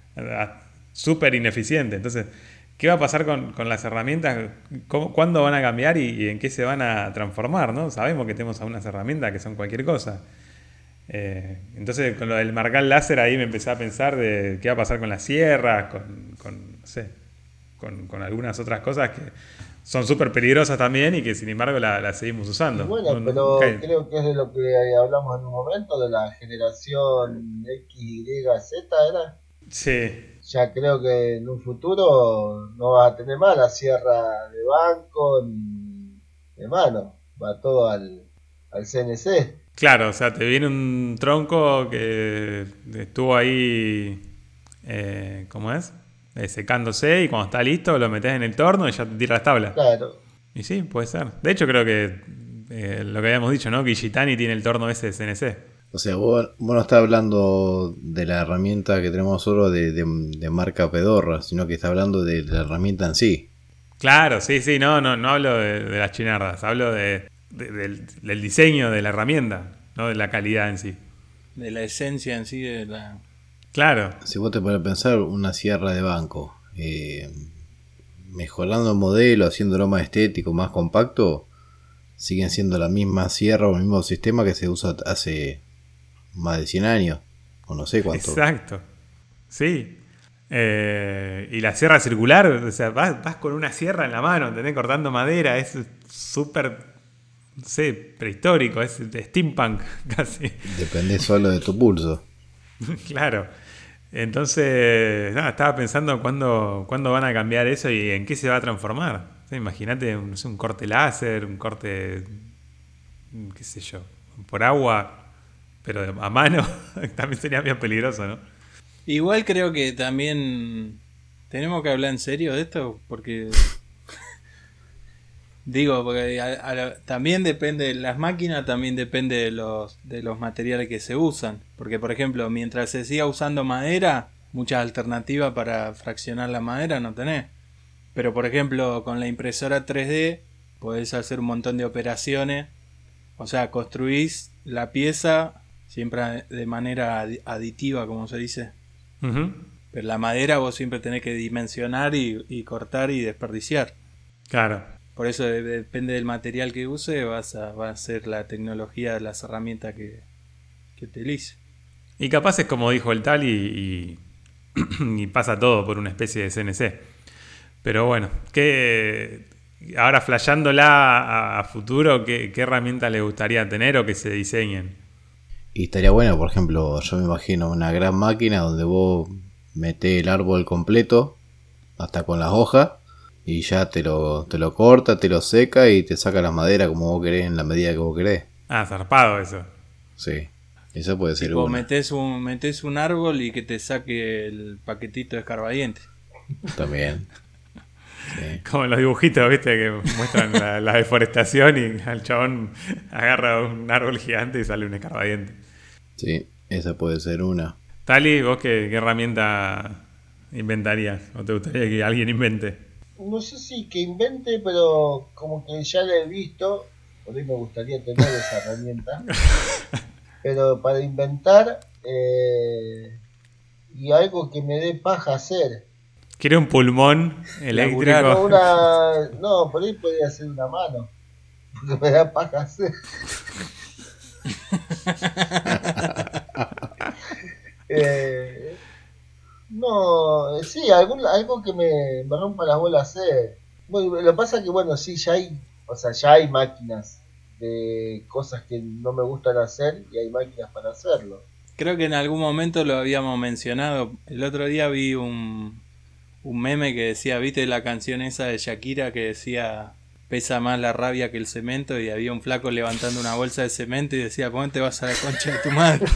Súper ineficiente. Entonces, ¿qué va a pasar con las herramientas? ¿Cuándo van a cambiar y en qué se van a transformar, ¿no? Sabemos que tenemos algunas herramientas que son cualquier cosa. Entonces, con lo del marcal láser ahí me empecé a pensar de qué va a pasar con las sierras, no sé, con algunas otras cosas que son súper peligrosas también y que sin embargo las seguimos Y usando. bueno, pero creo que es de lo que hablamos en un momento, de la generación X, Y, Z, ¿era? Sí, Ya creo que en un futuro no vas a tener más la sierra de banco ni de mano, va todo al CNC. claro, o sea, te viene un tronco que estuvo ahí, ¿cómo es? Secándose y cuando está listo lo metes en el torno y ya te tira las tablas. Claro, Y sí, puede ser. De hecho, creo que lo que habíamos dicho, ¿no? Que Gitani tiene el torno ese de CNC. O sea, vos no estás hablando de la herramienta que tenemos nosotros de marca Pedorra, sino que estás hablando de la herramienta en sí. Claro, sí, sí, no hablo de las chinardas, hablo del diseño de la herramienta, no de la calidad en sí. De la esencia en sí de la... Claro, Si vos te pones a pensar una sierra de banco, mejorando el modelo, haciéndolo más estético, más compacto, siguen siendo la misma sierra o el mismo sistema que se usa hace más de 100 años, o no sé cuánto. exacto. Sí. Y la sierra circular, o sea, vas con una sierra en la mano, ¿entendés? Cortando madera, es súper, no sé, prehistórico, es de steampunk casi. Depende solo de tu pulso. Claro. Entonces, nada, estaba pensando cuándo van a cambiar eso y en qué se va a transformar. O sea, imagínate no sé, un corte láser, un corte, qué sé yo, por agua, pero a mano, también sería bien peligroso, ¿no? Igual creo que también tenemos que hablar en serio de esto porque digo, porque también depende, las máquinas también depende de los materiales que se usan, porque por ejemplo, mientras se siga usando madera, muchas alternativas para fraccionar la madera no tenés. Pero por ejemplo, con la impresora 3D podés hacer un montón de operaciones, o sea, construís la pieza siempre de manera aditiva, como se dice. Ujú. Pero la madera vos siempre tenés que dimensionar y cortar y desperdiciar. Claro. Por eso depende del material que use, va a ser la tecnología de las herramientas que utilice. Y capaz es como dijo el tal y pasa todo por una especie de CNC. Pero bueno, ahora flasheándola a futuro, ¿qué herramienta le gustaría tener o que se diseñen? Y estaría bueno, por ejemplo, yo me imagino una gran máquina donde vos metés el árbol completo, hasta con las hojas, y ya te lo corta, te lo seca y te saca la madera como vos querés, en la medida que vos querés. Ah, zarpado eso. Sí, eso puede ser Tipo, una. metés un árbol y que te saque el paquetito de escarbadiente. También. Sí. Como en los dibujitos, ¿viste? Que muestran la deforestación y el chabón agarra un árbol gigante y sale un escarbadiente. Sí, esa puede ser una. Tali, ¿vos qué herramienta inventarías? ¿O te gustaría que alguien invente? no sé si que invente, pero como que ya la he visto por ahí me gustaría tener esa herramienta. Pero para inventar y algo que me dé paja hacer. ¿Quiere un pulmón eléctrico? No, por ahí podría ser una mano. Porque me da paja hacer. No, sí, algo que me rompa las bolas hacer. Bueno, lo que pasa es que, bueno, sí, ya hay máquinas de cosas que no me gustan hacer y hay máquinas para hacerlo. Creo que en algún momento lo habíamos mencionado. El otro día vi un meme que decía, ¿viste la canción esa de Shakira que decía pesa más la rabia que el cemento? Y había un flaco levantando una bolsa de cemento y decía, ¿cómo te vas a la concha de tu madre?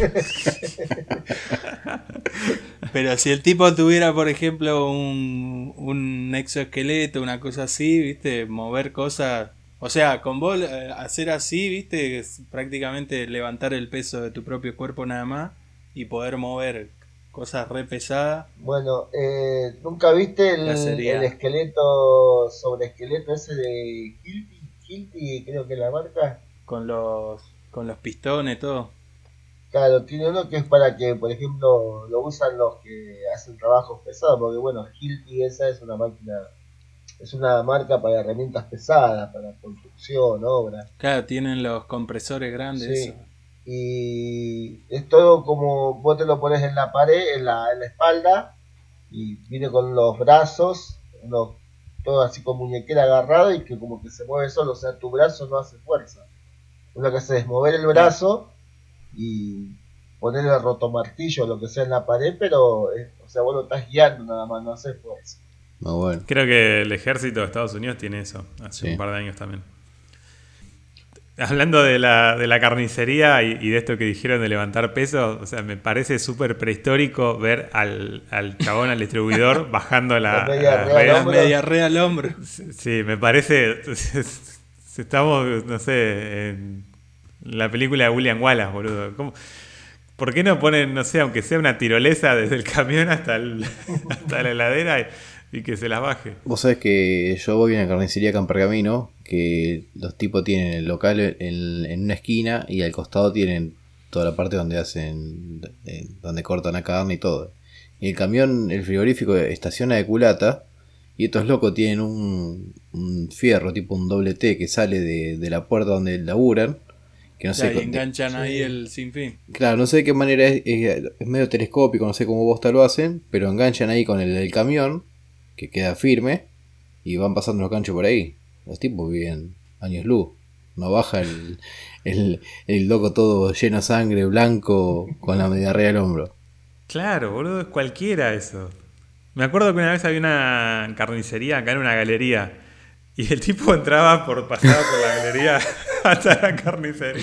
Pero si el tipo tuviera, por ejemplo, un exoesqueleto, una cosa así, ¿viste? Mover cosas. O sea, con vos hacer así, ¿viste? Es prácticamente levantar el peso de tu propio cuerpo nada más y poder mover cosas re pesadas. Bueno, ¿nunca viste Ya sería. el esqueleto sobre esqueleto ese de Hilti, creo que es la marca? Con los pistones, todo. Claro, tiene uno que es para que, por ejemplo, lo usan los que hacen trabajos pesados, porque bueno, Hilti esa es una máquina, es una marca para herramientas pesadas, para construcción, obra. Claro, tienen los compresores grandes. Sí. Eso. Y es todo como vos te lo pones en la pared, en la espalda, y viene con los brazos, todo así con muñequera agarrado y que como que se mueve solo, o sea, tu brazo no hace fuerza. Lo que hace es mover el brazo y poner el rotomartillo o lo que sea en la pared, pero, o sea, vos lo estás guiando nada más, no hace fuerza. Muy bueno. Creo que el ejército de Estados Unidos tiene eso, hace Sí. un par de años también. Hablando de la carnicería y de esto que dijeron de levantar peso, o sea, me parece súper prehistórico ver al chabón, al distribuidor, bajando la media rea al hombro. Sí, me parece. Estamos, no sé, en la película de William Wallace, boludo. ¿Por qué no ponen, no sé, aunque sea una tirolesa desde el camión hasta la heladera y que se las baje? Vos sabés que yo voy a una carnicería acá en Pergamino, que los tipos tienen el local en una esquina y al costado tienen toda la parte donde donde cortan la carne y todo. Y el camión, el frigorífico, estaciona de culata y estos locos tienen un fierro, tipo un doble T, que sale de la puerta donde laburan. Que no sé, y enganchan ahí el sinfín. Claro, no sé de qué manera es medio telescópico, no sé cómo bosta lo hacen, pero enganchan ahí con el camión, que queda firme, y van pasando los ganchos por ahí. Los tipos viven años luz. No baja el loco todo lleno de sangre, blanco, con la media rea al hombro. Claro, boludo, es cualquiera eso. Me acuerdo que una vez había una carnicería acá en una galería. Y el tipo pasaba por la galería hasta la carnicería.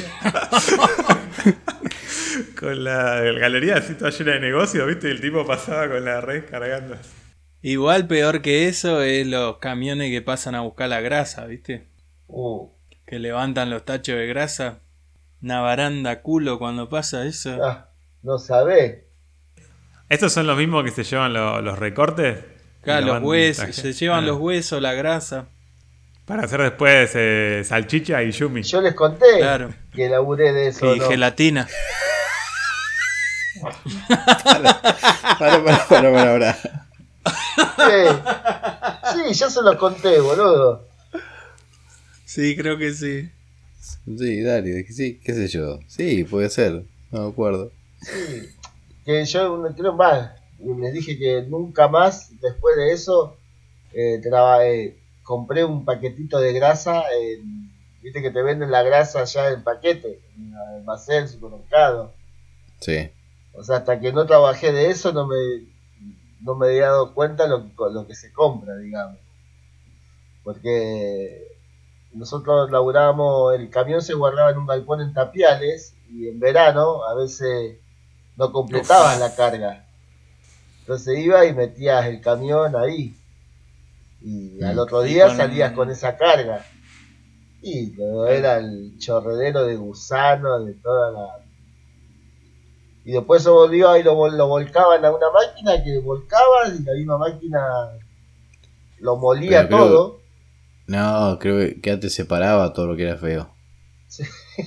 Con la galería así toda llena de negocios, ¿viste? Y el tipo pasaba con la red cargando. Igual peor que eso es los camiones que pasan a buscar la grasa, ¿viste? Que levantan los tachos de grasa. Una baranda culo cuando pasa eso. No sabés. ¿Estos son los mismos que se llevan los recortes? Claro, los huesos, se llevan los huesos, la grasa. Para hacer después salchicha y yumi. Yo les conté que laburé de eso. Y gelatina. Para. Sí, yo se los conté, boludo. Sí, creo que sí. Sí, dale, sí, qué sé yo. Sí, puede ser, no me acuerdo. Sí, que yo creo más. Les dije que nunca más, después de eso, compré un paquetito de grasa. Viste que te venden la grasa ya en paquete, en el almacén, supermercado. Sí. O sea, hasta que no trabajé de eso no me había dado cuenta lo que se compra, digamos. Porque nosotros laburábamos, el camión se guardaba en un galpón en Tapiales y en verano a veces no completabas la carga. Entonces ibas y metías el camión ahí. Y al otro día salías con esa carga. Y era el chorredero de gusanos, de toda la... Y después eso volvió y lo volcaban a una máquina que volcaba y la misma máquina lo molía todo. No, creo que antes separaba todo lo que era feo. Sí.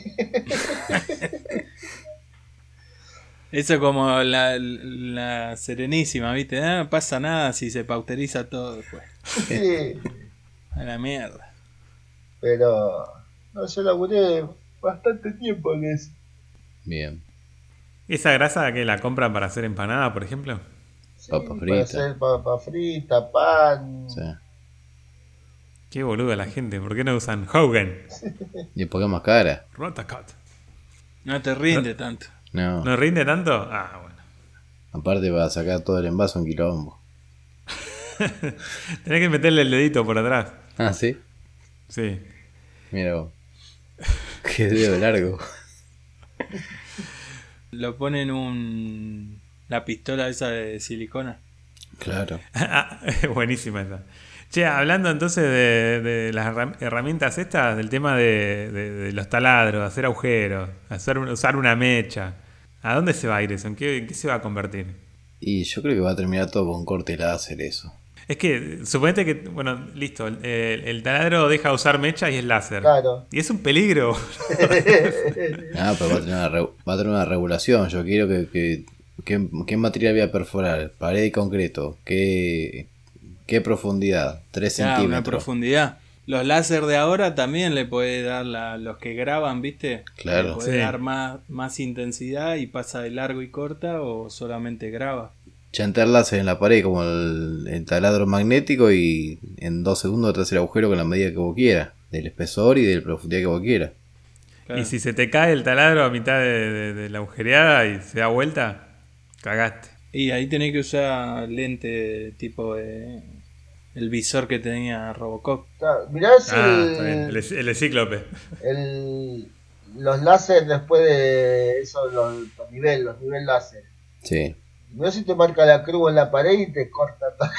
Eso como la Serenísima, ¿viste? No pasa nada si se pauteriza todo después. Sí, A la mierda. pero no, yo laburé bastante tiempo en eso. Bien. ¿Esa grasa que la compran para hacer empanada, por ejemplo? Sí, Papa para frita. hacer papa frita, pan. Sí. Qué boluda la gente, ¿por qué no usan Hogan? ¿Y por qué es más cara? Rotacut. No te rinde tanto. No. ¿No rinde tanto? Ah, bueno. Aparte para sacar todo el envase un quilombo. Tenés que meterle el dedito por atrás. Ah, ¿sí? Sí. Mira vos. Qué dedo largo. Lo ponen la pistola esa de silicona. Claro. Buenísima esa. Che, hablando entonces de las herramientas estas, del tema de los taladros, hacer agujeros, usar una mecha. ¿A dónde se va a ir eso? ¿En qué se va a convertir? Y yo creo que va a terminar todo con corte láser eso. Es que, suponete que, bueno, listo, el taladro deja de usar mecha y es láser. Claro. Y es un peligro. Ah, pero va a tener una regulación. Yo quiero ¿qué material voy a perforar? Pared y concreto. ¿Qué profundidad? 3 Ya, una centímetros. profundidad. Los láser de ahora también le puede dar los que graban, ¿viste? Claro. Le puede Sí. dar más intensidad y pasa de largo y corta o solamente graba. Chantar láser en la pared como el taladro magnético y en 2 segundos te hace el agujero con la medida que vos quieras. Del espesor y de la profundidad que vos quieras. Claro. Y si se te cae el taladro a mitad de la agujereada y se da vuelta, cagaste. Y ahí tenés que usar lente tipo el visor que tenía Robocop. Claro, mirá si Está bien. El cíclope. los láser después de eso, los nivel láser. Sí. Mirá si te marca la cruz en la pared y te corta todo.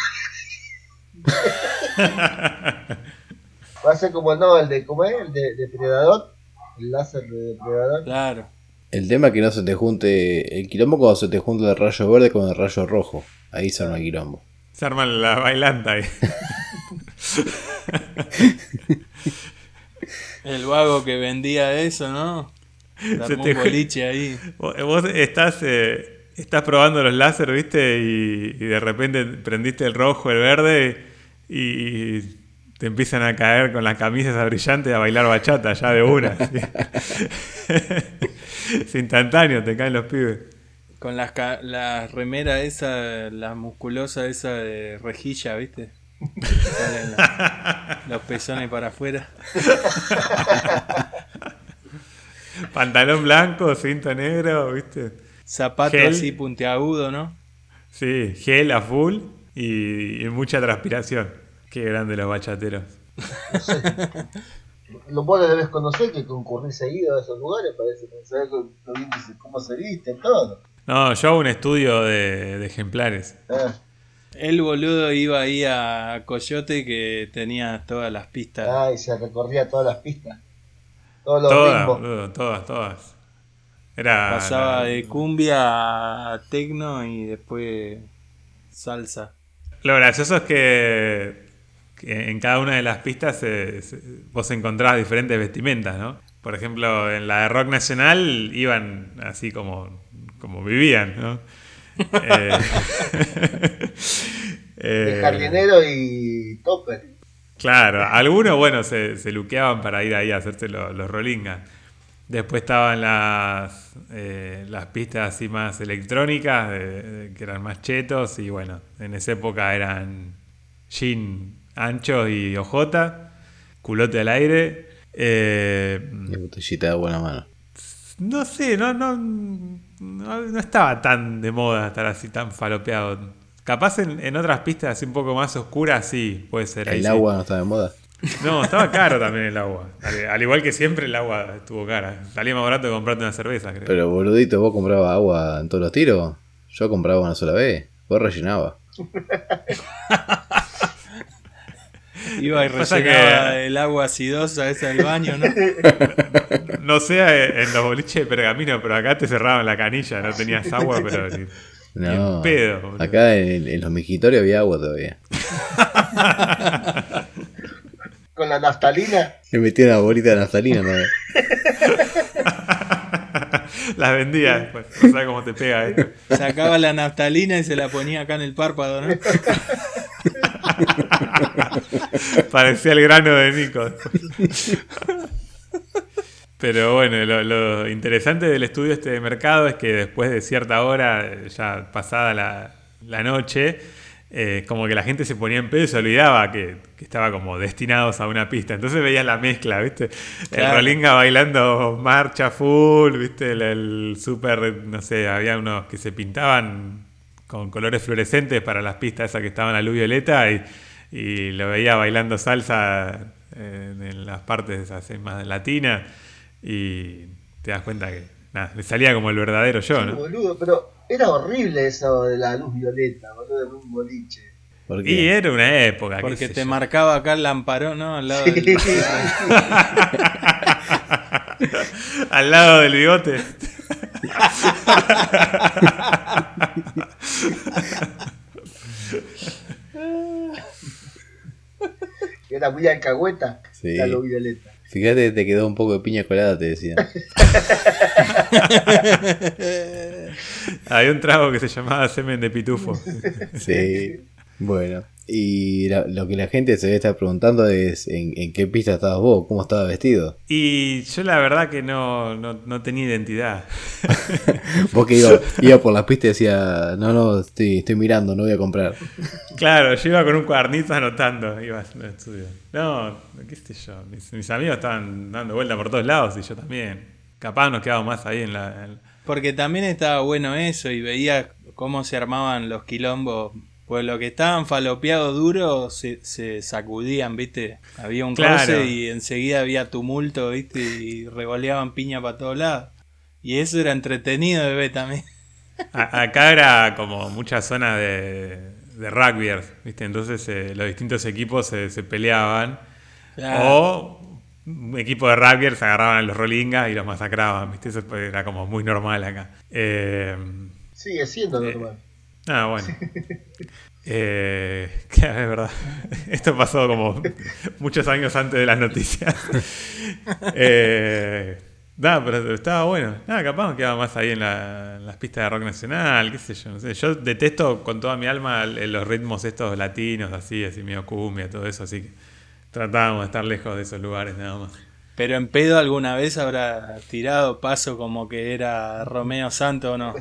Va a ser como el de, ¿cómo es? El de Depredador. El láser de Depredador. Claro. El tema es que no se te junte el quilombo cuando se te junta el rayo verde con el rayo rojo. Ahí se arma el quilombo. Se arma la bailanta ahí. El vago que vendía eso, ¿no? Se Se armó te- un boliche ahí. Vos estás probando los láser, ¿viste? Y de repente prendiste el rojo, el verde y te empiezan a caer con las camisas brillantes a bailar bachata ya de una. ¿sí? Es instantáneo, te caen los pibes. Con la remera esa, la musculosa esa de rejilla, ¿viste? Salen los pezones para afuera. Pantalón blanco, cinto negro, ¿viste? Zapato Gel. así puntiagudo, ¿no? Sí, gel a full y mucha transpiración. Qué grande los bachateros. Vos lo debes conocer, que concurrís seguido a esos lugares, parece que sabés cómo se viste, todo. No, yo hago un estudio de ejemplares. El boludo iba ahí a Coyote que tenía todas las pistas. Y se recorría todas las pistas. Todos los Todas, ritmos. boludo, todas. Era Pasaba de cumbia a tecno y después salsa. Lo gracioso es que en cada una de las pistas vos encontrabas diferentes vestimentas, ¿no? Por ejemplo, en la de rock nacional iban así como vivían, ¿no? De jardinero y topper. Claro, algunos, bueno, se luqueaban para ir ahí a hacerse los rolingas. Después estaban las pistas así más electrónicas, que eran más chetos, y bueno, en esa época eran jean anchos y ojota, culote al aire. Y botellita de agua en la mano. No sé, no estaba tan de moda estar así tan falopeado. Capaz en otras pistas así un poco más oscuras, sí, puede ser. Ahí El sí. agua no está de moda. No, estaba caro también el agua. Al igual que siempre el agua estuvo cara. Salía más barato que comprarte una cerveza, creo. Pero boludito, ¿vos comprabas agua en todos los tiros? Yo compraba una sola vez. Vos rellenabas. Iba y Pasa rellenaba que- el agua acidosa esa del baño, ¿no? No sé en los boliches de pergamino, pero acá te cerraban la canilla, no tenías agua, pero ni No. en pedo. Boludo. Acá en los mijitorios había agua todavía. Con la naftalina. Le metí una bolita de naftalina, ¿no? Las vendía después. No sabes cómo te pega esto. Sacaba la naftalina y se la ponía acá en el párpado, ¿no? Parecía el grano de Nico. Pero bueno, lo interesante del estudio este de mercado es que después de cierta hora, ya pasada la noche, como que la gente se ponía en pedo y se olvidaba que estaba como destinados a una pista. Entonces veías la mezcla, ¿viste? Claro. El Rolinga bailando marcha full, ¿viste? El super, no sé, había unos que se pintaban con colores fluorescentes para las pistas esas que estaban a luz violeta y lo veía bailando salsa en las partes así más latinas y te das cuenta que nada, le salía como el verdadero yo, Sí, ¿no? boludo, pero era horrible eso de la luz violeta, boludo, en un boliche. ¿Por Y qué? era una época, qué Porque sé te yo. marcaba acá el lamparón, ¿no? Al lado Sí. del... Al lado del bigote. Era muy alcahueta Sí. la luz violeta. Fíjate, te quedó un poco de piña colada, te decía. Había un trago que se llamaba semen de pitufo. Sí. Bueno. Y lo que la gente se debe estar preguntando es en qué pista estabas vos, cómo estabas vestido. Y yo la verdad que no tenía identidad. Vos que iba por las pistas y decía, no, estoy mirando, no voy a comprar. Claro, yo iba con un cuadernito anotando, iba al estudio. No, qué sé yo, mis amigos estaban dando vuelta por todos lados y yo también. Capaz nos quedamos más ahí en la... Porque también estaba bueno eso y veía cómo se armaban los quilombos. Pues los que estaban falopeados duros se sacudían, ¿viste? Había un Claro. roce y enseguida había tumulto, ¿viste? Y revoleaban piña para todos lados. Y eso era entretenido de ver también. Acá era como muchas zonas de rugbyers, ¿viste? Entonces los distintos equipos se peleaban. Claro. O un equipo de rugbyers agarraban a los rolingas y los masacraban, ¿viste? Eso era como muy normal acá. Sigue siendo normal. Bueno. Claro, es verdad. Esto pasó como muchos años antes de las noticias. Pero estaba bueno. Capaz me quedaba más ahí en las pistas de rock nacional, qué sé yo, no sé. Yo detesto con toda mi alma los ritmos estos latinos, así medio cumbia, todo eso, así que tratábamos de estar lejos de esos lugares nada más. Pero en pedo alguna vez habrá tirado paso como que era Romeo Santo o no.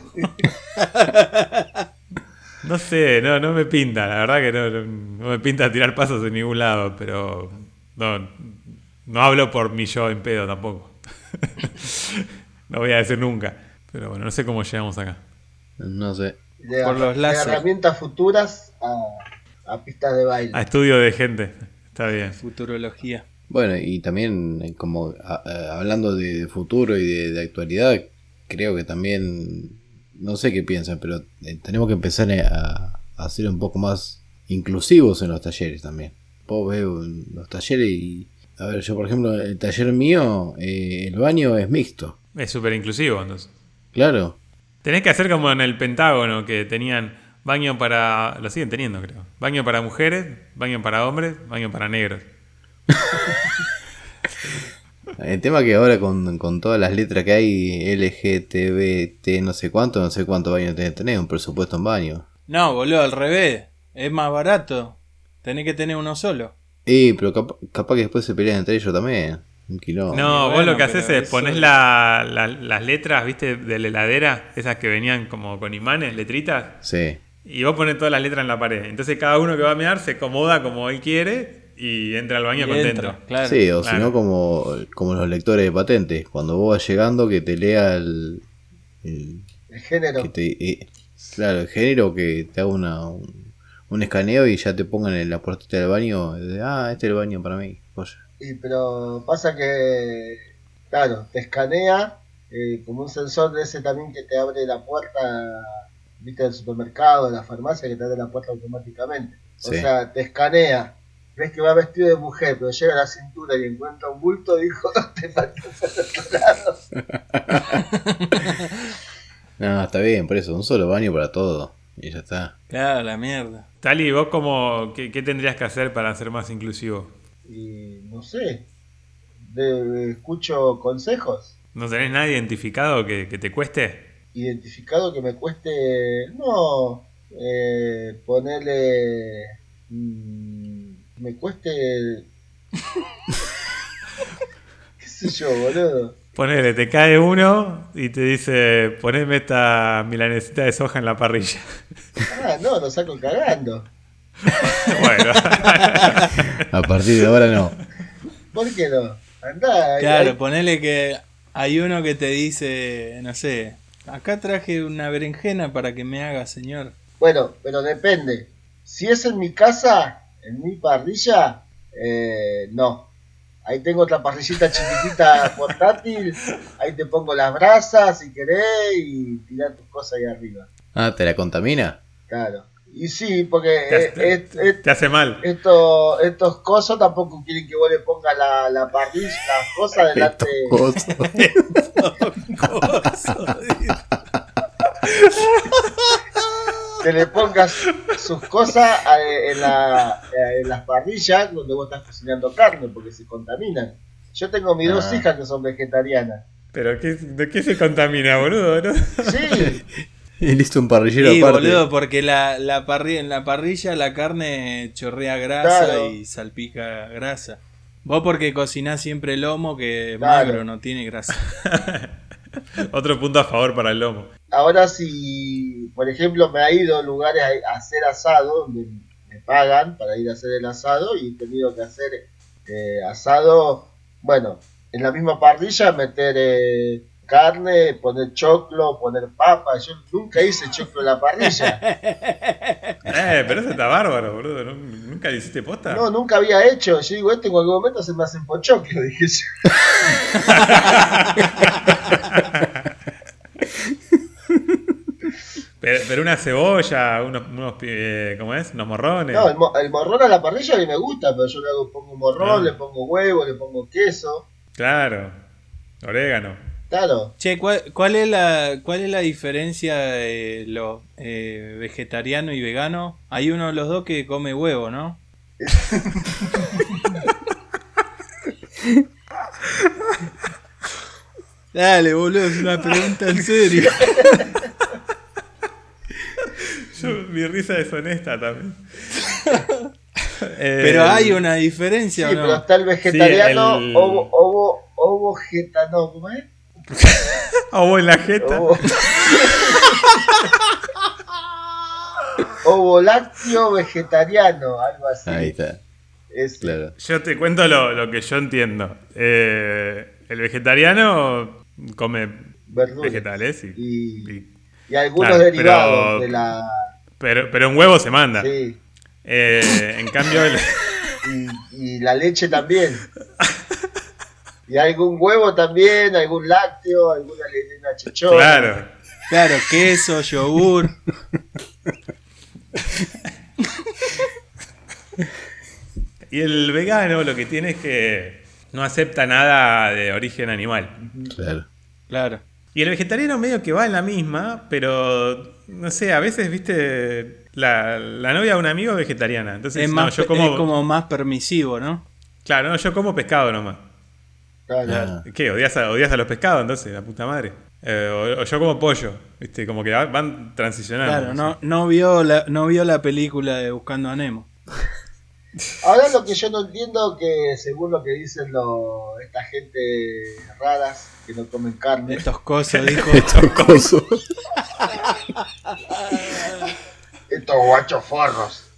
No sé, no me pinta, la verdad que no me pinta tirar pasos en ningún lado, pero no hablo por mi yo en pedo tampoco. No voy a decir nunca, pero bueno, no sé cómo llegamos acá. No sé. Por los De láser. herramientas futuras a pistas de baile. A estudio de gente, está bien. Futurología. Bueno, y también como hablando de futuro y de actualidad, creo que también, no sé qué piensan, pero tenemos que empezar a ser un poco más inclusivos en los talleres también. Vos ves los talleres y, a ver, yo por ejemplo, el taller mío, el baño es mixto. Es súper inclusivo, entonces. Claro. Tenés que hacer como en el Pentágono, que tenían baño para... Lo siguen teniendo, creo. Baño para mujeres, baño para hombres, baño para negros. El tema que ahora con todas las letras que hay, LGTBT, no sé cuánto baño tenés que tener, un presupuesto en baño. No, boludo, al revés. Es más barato. Tenés que tener uno solo. Pero capaz que después se pelean entre ellos también. Un quilombo. No, Y vos lo bueno, que haces pero es pones eso- las letras, ¿viste? De la heladera, esas que venían como con imanes, letritas, Sí. y vos pones todas las letras en la pared. Entonces cada uno que va a mear se acomoda como él quiere y entra al baño Y contento. entra, claro. Sí, o claro. si no como los lectores de patentes. Cuando vos vas llegando que te lea el El género. que te, claro, el género, que te haga un escaneo y ya te pongan en la puertita del baño. Este es el baño para mí. Oye. Pero pasa que, claro, te escanea como un sensor de ese también que te abre la puerta, viste, del supermercado, de la farmacia, que te abre la puerta automáticamente. O Sí. sea, te escanea. Ves que va vestido de mujer, pero llega a la cintura y encuentra un bulto, dijo, te falta para otro lado. No, está bien, por eso, un solo baño para todo. Y ya está. Claro, la mierda. Tali, ¿vos qué tendrías que hacer para ser más inclusivo? Y no sé, escucho consejos. ¿No tenés nada identificado que te cueste? Identificado que me cueste. No. Ponerle. Me cueste. ¿Qué sé yo, boludo? Ponele, te cae uno y te dice, poneme esta milanesita de soja en la parrilla. Ah, no, lo saco cagando. Bueno. A partir de ahora no. ¿Por qué no? Andá. Claro, ponele que hay uno que te dice, no sé, acá traje una berenjena para que me haga, señor. Bueno, pero depende. Si es en mi casa, en mi parrilla, no. Ahí tengo otra parrillita chiquitita portátil. Ahí te pongo las brasas si querés y tirá tus cosas ahí arriba. Ah, ¿te la contamina? Claro. Y sí, porque Te hace mal. estos cosos tampoco quieren que vos le pongas la parrilla, las cosas delante. Que le pongas sus cosas en las parrillas donde vos estás cocinando carne, porque se contaminan. Yo tengo mis dos hijas que son vegetarianas. ¿Pero de qué se contamina, boludo? ¿No? Sí. Y listo, un parrillero Sí, aparte. boludo, porque en la parrilla la carne chorrea grasa Claro. y salpica grasa. Vos porque cocinás siempre lomo que es Claro. magro, no tiene grasa. Otro punto a favor para el lomo. Ahora si, por ejemplo, me ha ido a lugares a hacer asado, donde me pagan para ir a hacer el asado y he tenido que hacer asado, bueno, en la misma parrilla meter carne, poner choclo, poner papa. Yo nunca hice choclo en la parrilla. Pero eso está bárbaro, boludo. ¿Nunca le hiciste posta? No, nunca había hecho. Yo digo, en algún momento se me hacen pochoclo, dije yo. Pero una cebolla, unos ¿cómo es? Unos morrones. No, el morrón a la parrilla a mí me gusta, pero yo pongo morrón, Ah. le pongo huevo, le pongo queso. Claro. Orégano. Claro. Che, ¿cuál es la diferencia de los vegetariano y vegano? Hay uno de los dos que come huevo, ¿no? Dale, boludo, es una pregunta en serio. Mi risa es honesta también. Pero hay una diferencia, Sí, ¿o no? pero está el vegetariano, Sí, el- ovo getano, ¿cómo es? Ovo en la jeta. Ovo lácteo vegetariano, algo así. Ahí está, Ese. claro. Yo te cuento lo que yo entiendo. El vegetariano come Verduras. vegetales Y algunos Claro, derivados pero- de la... pero un huevo se manda. Sí. En cambio, Y la leche también. Y algún huevo también, algún lácteo, alguna chichona. claro. Claro, queso, yogur. Y el vegano lo que tiene es que no acepta nada de origen animal. Claro. Claro. Y el vegetariano medio que va en la misma, pero no sé, a veces, viste, la novia de un amigo es vegetariana. Entonces, Es, no, más, yo es como, como más permisivo, ¿no? claro, no, yo como pescado nomás. Claro. Ah. ¿Qué? ¿Odias a los pescados entonces? La puta madre. O yo como pollo, viste, como que van transicionando. Claro, no vio la película de Buscando a Nemo. Ahora lo que yo no entiendo, que según lo que dicen esta gente raras que no comen carne, Estos cosas, dijo. Estos cosos. estos guachos forros.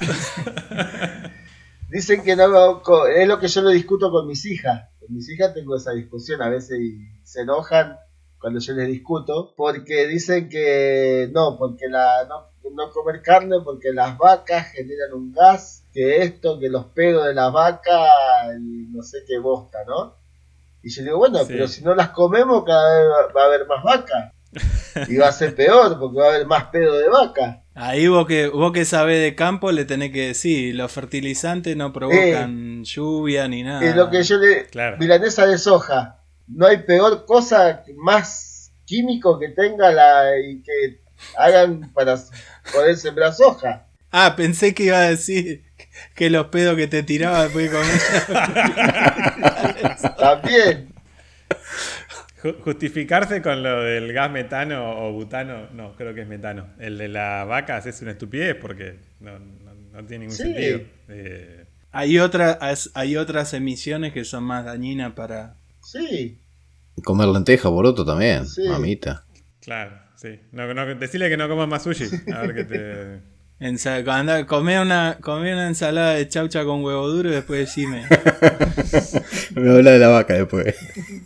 Dicen que no, es lo que yo lo discuto con mis hijas. Con mis hijas tengo esa discusión a veces y se enojan cuando yo les discuto, porque dicen que no, porque no comer carne porque las vacas generan un gas, que esto, que los pedos de las vacas y no sé qué bosta, ¿no? Y yo digo, bueno, Sí. pero si no las comemos cada vez va a haber más vacas. Y va a ser peor porque va a haber más pedo de vaca. Ahí vos que sabés de campo le tenés que decir, los fertilizantes no provocan lluvia ni nada. Es lo que yo le... Claro. Milanesa de soja. No hay peor cosa más químico que tenga y que hagan para poder sembrar soja. Ah, pensé que iba a decir que los pedos que te tiraba después de comer. También. Justificarse con lo del gas metano o butano, no, creo que es metano. El de las vacas es una estupidez porque no tiene ningún Sí. sentido. Hay otras emisiones que son más dañinas para... Sí, Comer lenteja, boroto también, Sí. mamita. Claro, sí. Decirle que no comas más sushi. A ver qué te... Comé una ensalada de chaucha con huevo duro y después decime... Me habla de la vaca después.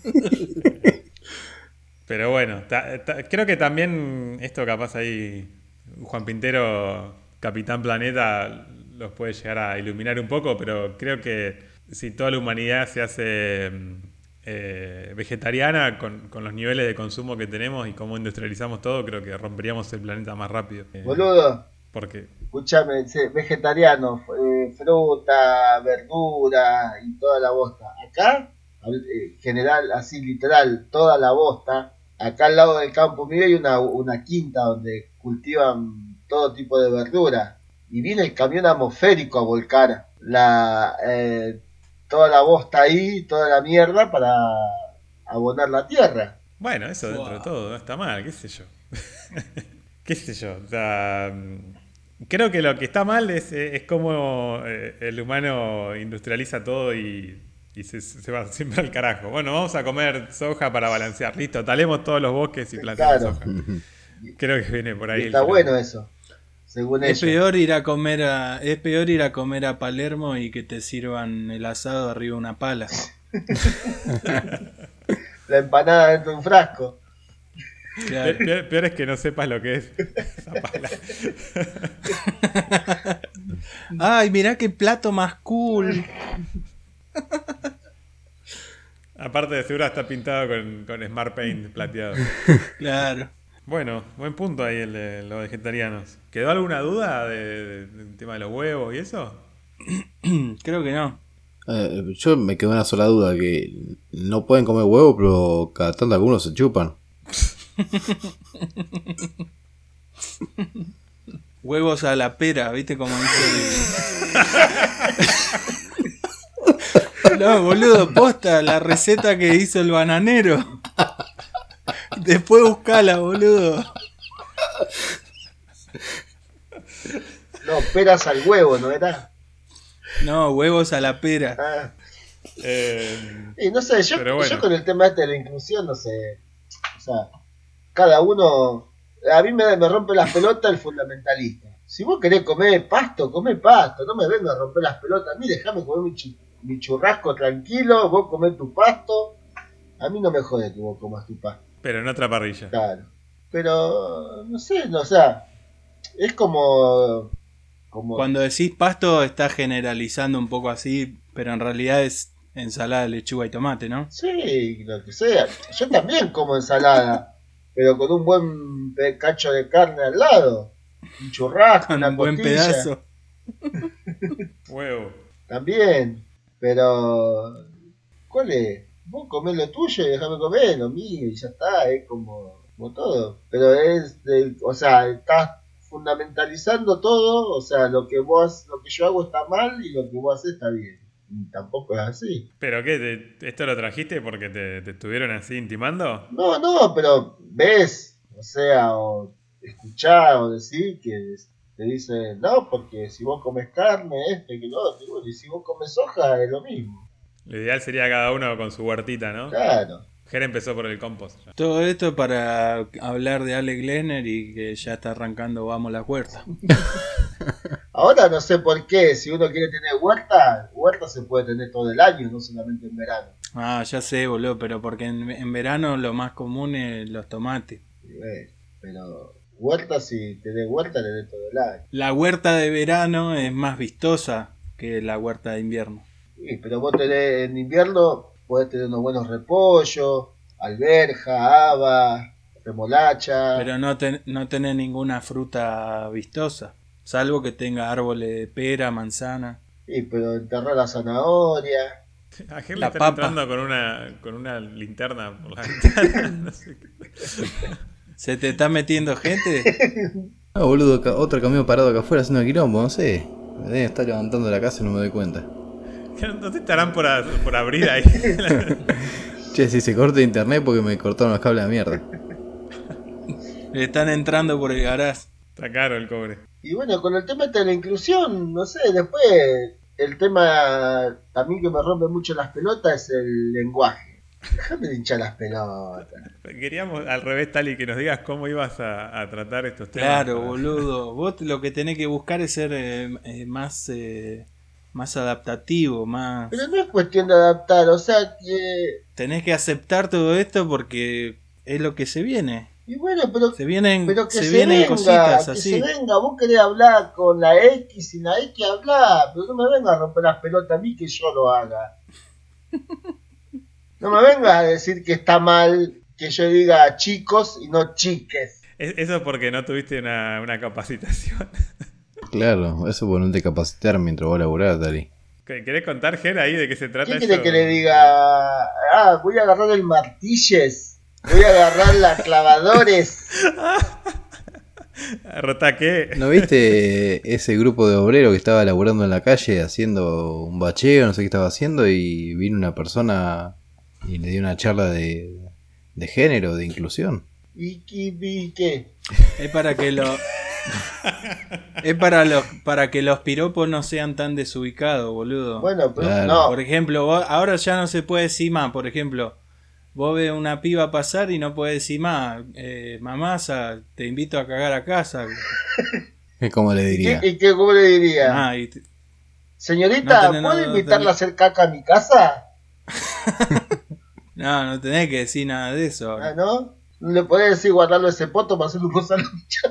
Pero bueno, creo que también esto capaz ahí Juan Pintero, Capitán Planeta, los puede llegar a iluminar un poco, pero creo que si toda la humanidad se hace vegetariana con los niveles de consumo que tenemos y cómo industrializamos todo, creo que romperíamos el planeta más rápido. boludo, Porque escúchame, vegetariano, fruta, verdura y toda la bosta. Acá, general, así literal, toda la bosta. Acá al lado del campo mío hay una quinta donde cultivan todo tipo de verdura. Y viene el camión atmosférico a volcar toda la bosta ahí, toda la mierda para abonar la tierra. bueno, eso dentro de todo no está mal, qué sé yo. Qué sé yo, o sea, creo que lo que está mal es cómo el humano industrializa todo y se va siempre al carajo. Bueno, vamos a comer soja para balancear. Listo, talemos todos los bosques y plantemos Claro. soja. Creo que viene por ahí. Y está bueno eso, según Es ellos. peor ir a comer a Palermo y que te sirvan el asado arriba de una pala. La empanada dentro de un frasco. Claro. Peor es que no sepas lo que es esa pala. Ay, mirá qué plato más cool. Aparte de seguro está pintado con Smart Paint plateado. Claro. Bueno, buen punto ahí el de los vegetarianos. ¿Quedó alguna duda del tema de los huevos y eso? Creo que no. Yo me quedé una sola duda, que no pueden comer huevo, pero cada tanto algunos se chupan. Huevos a la pera, ¿viste cómo dice? No, boludo, posta, la receta que hizo el bananero. Después buscala, boludo. No, peras al huevo, ¿no era? No, huevos a la pera. Ah. Eh, Y no sé, yo Pero con el tema este de la inclusión, no sé. O sea, cada uno. A mí me rompe las pelotas el fundamentalista. Si vos querés comer pasto, comé pasto. No me vengas a romper las pelotas. A mí dejame comer mi churrasco tranquilo. Vos comés tu pasto. A mí no me jode que vos comas tu pasto. pero en otra parrilla. Claro. Pero, no sé, no, o sea, es como. Cuando decís pasto, estás generalizando un poco así, pero en realidad es ensalada de lechuga y tomate, ¿no? Sí, lo que sea. Yo también como ensalada, pero con un buen cacho de carne al lado. Un churrasco, Con una un buen costilla. pedazo. Huevo. También. Pero, ¿cuál es? Vos comés lo tuyo y dejame comer lo mío y ya está, es como todo. Pero o sea, estás fundamentalizando todo, o sea, lo que yo hago está mal y lo que vos haces está bien. Y tampoco es así. ¿Pero qué? ¿Esto lo trajiste porque te estuvieron así intimando? No, pero ves, o sea, o escuchás o decís que te dicen, no, porque si vos comes carne, que lo otro, y bueno, y si vos comes soja es lo mismo. Lo ideal sería cada uno con su huertita, ¿no? Claro. Jere empezó por el compost. Ya. Todo esto para hablar de Alex Glesner y que ya está arrancando Vamos la Huerta. Ahora no sé por qué, si uno quiere tener huerta se puede tener todo el año, no solamente en verano. Ah, ya sé, boludo, pero porque en verano lo más común es los tomates. Pero huerta, si tenés huerta, tenés todo el año. La huerta de verano es más vistosa que la huerta de invierno. Sí, pero vos tenés en invierno, podés tener unos buenos repollos, alberja, haba, remolacha. Pero no tenés ninguna fruta vistosa, salvo que tenga árboles de pera, manzana. Sí, pero enterrar la zanahoria. A Jere le La están papa. entrando con una linterna por la ventana. No sé qué. ¿Se te está metiendo gente? Ah, boludo, otro camión parado acá afuera haciendo quilombo, no sé. Me deben estar levantando la casa y no me doy cuenta. No te estarán por abrir ahí. Che, si se corta internet porque me cortaron los cables de mierda. Le están entrando por el garage. Está caro el cobre. Y bueno, con el tema de la inclusión, no sé, después el tema también que me rompe mucho las pelotas es el lenguaje. Déjame de hinchar las pelotas. Queríamos al revés, Tali, que nos digas cómo ibas a tratar estos temas. Claro, boludo. Vos lo que tenés que buscar es ser más adaptativo, más... Pero no es cuestión de adaptar, o sea que... Tenés que aceptar todo esto porque es lo que se viene. Y bueno, pero Se vienen, que se vienen venga, cositas que así. se venga, vos querés hablar con la X y la X hablar, pero no me venga a romper las pelotas a mí que yo lo haga. No me venga a decir que está mal que yo diga chicos y no chiques. Eso es porque no tuviste una capacitación. Claro, eso por no te capacitar mientras vos laburás, Tali. ¿Querés contar, Ger, ahí de qué se trata ¿Qué eso? quiere que le diga? Ah, voy a agarrar el martilles, voy a agarrar las clavadores. ¿Rota qué? ¿No viste ese grupo de obreros que estaba laburando en la calle haciendo un bacheo, no sé qué estaba haciendo, y vino una persona y le dio una charla de género, de inclusión? ¿Y qué? Es para que para que los piropos no sean tan desubicados, boludo. Bueno, pero Claro. no. Por ejemplo, ahora ya no se puede decir más. Por ejemplo, vos ves una piba pasar y no podés decir más. Mamasa, te invito a cagar a casa. ¿Cómo le diría? ¿Cómo le diría? Ah, Señorita, no tenés- ¿puedo no invitarla a tenés- hacer caca a mi casa? no tenés que decir nada de eso. Ah, ¿no? ¿No le podés decir guardarlo ese poto para hacer un cosa a la muchacha?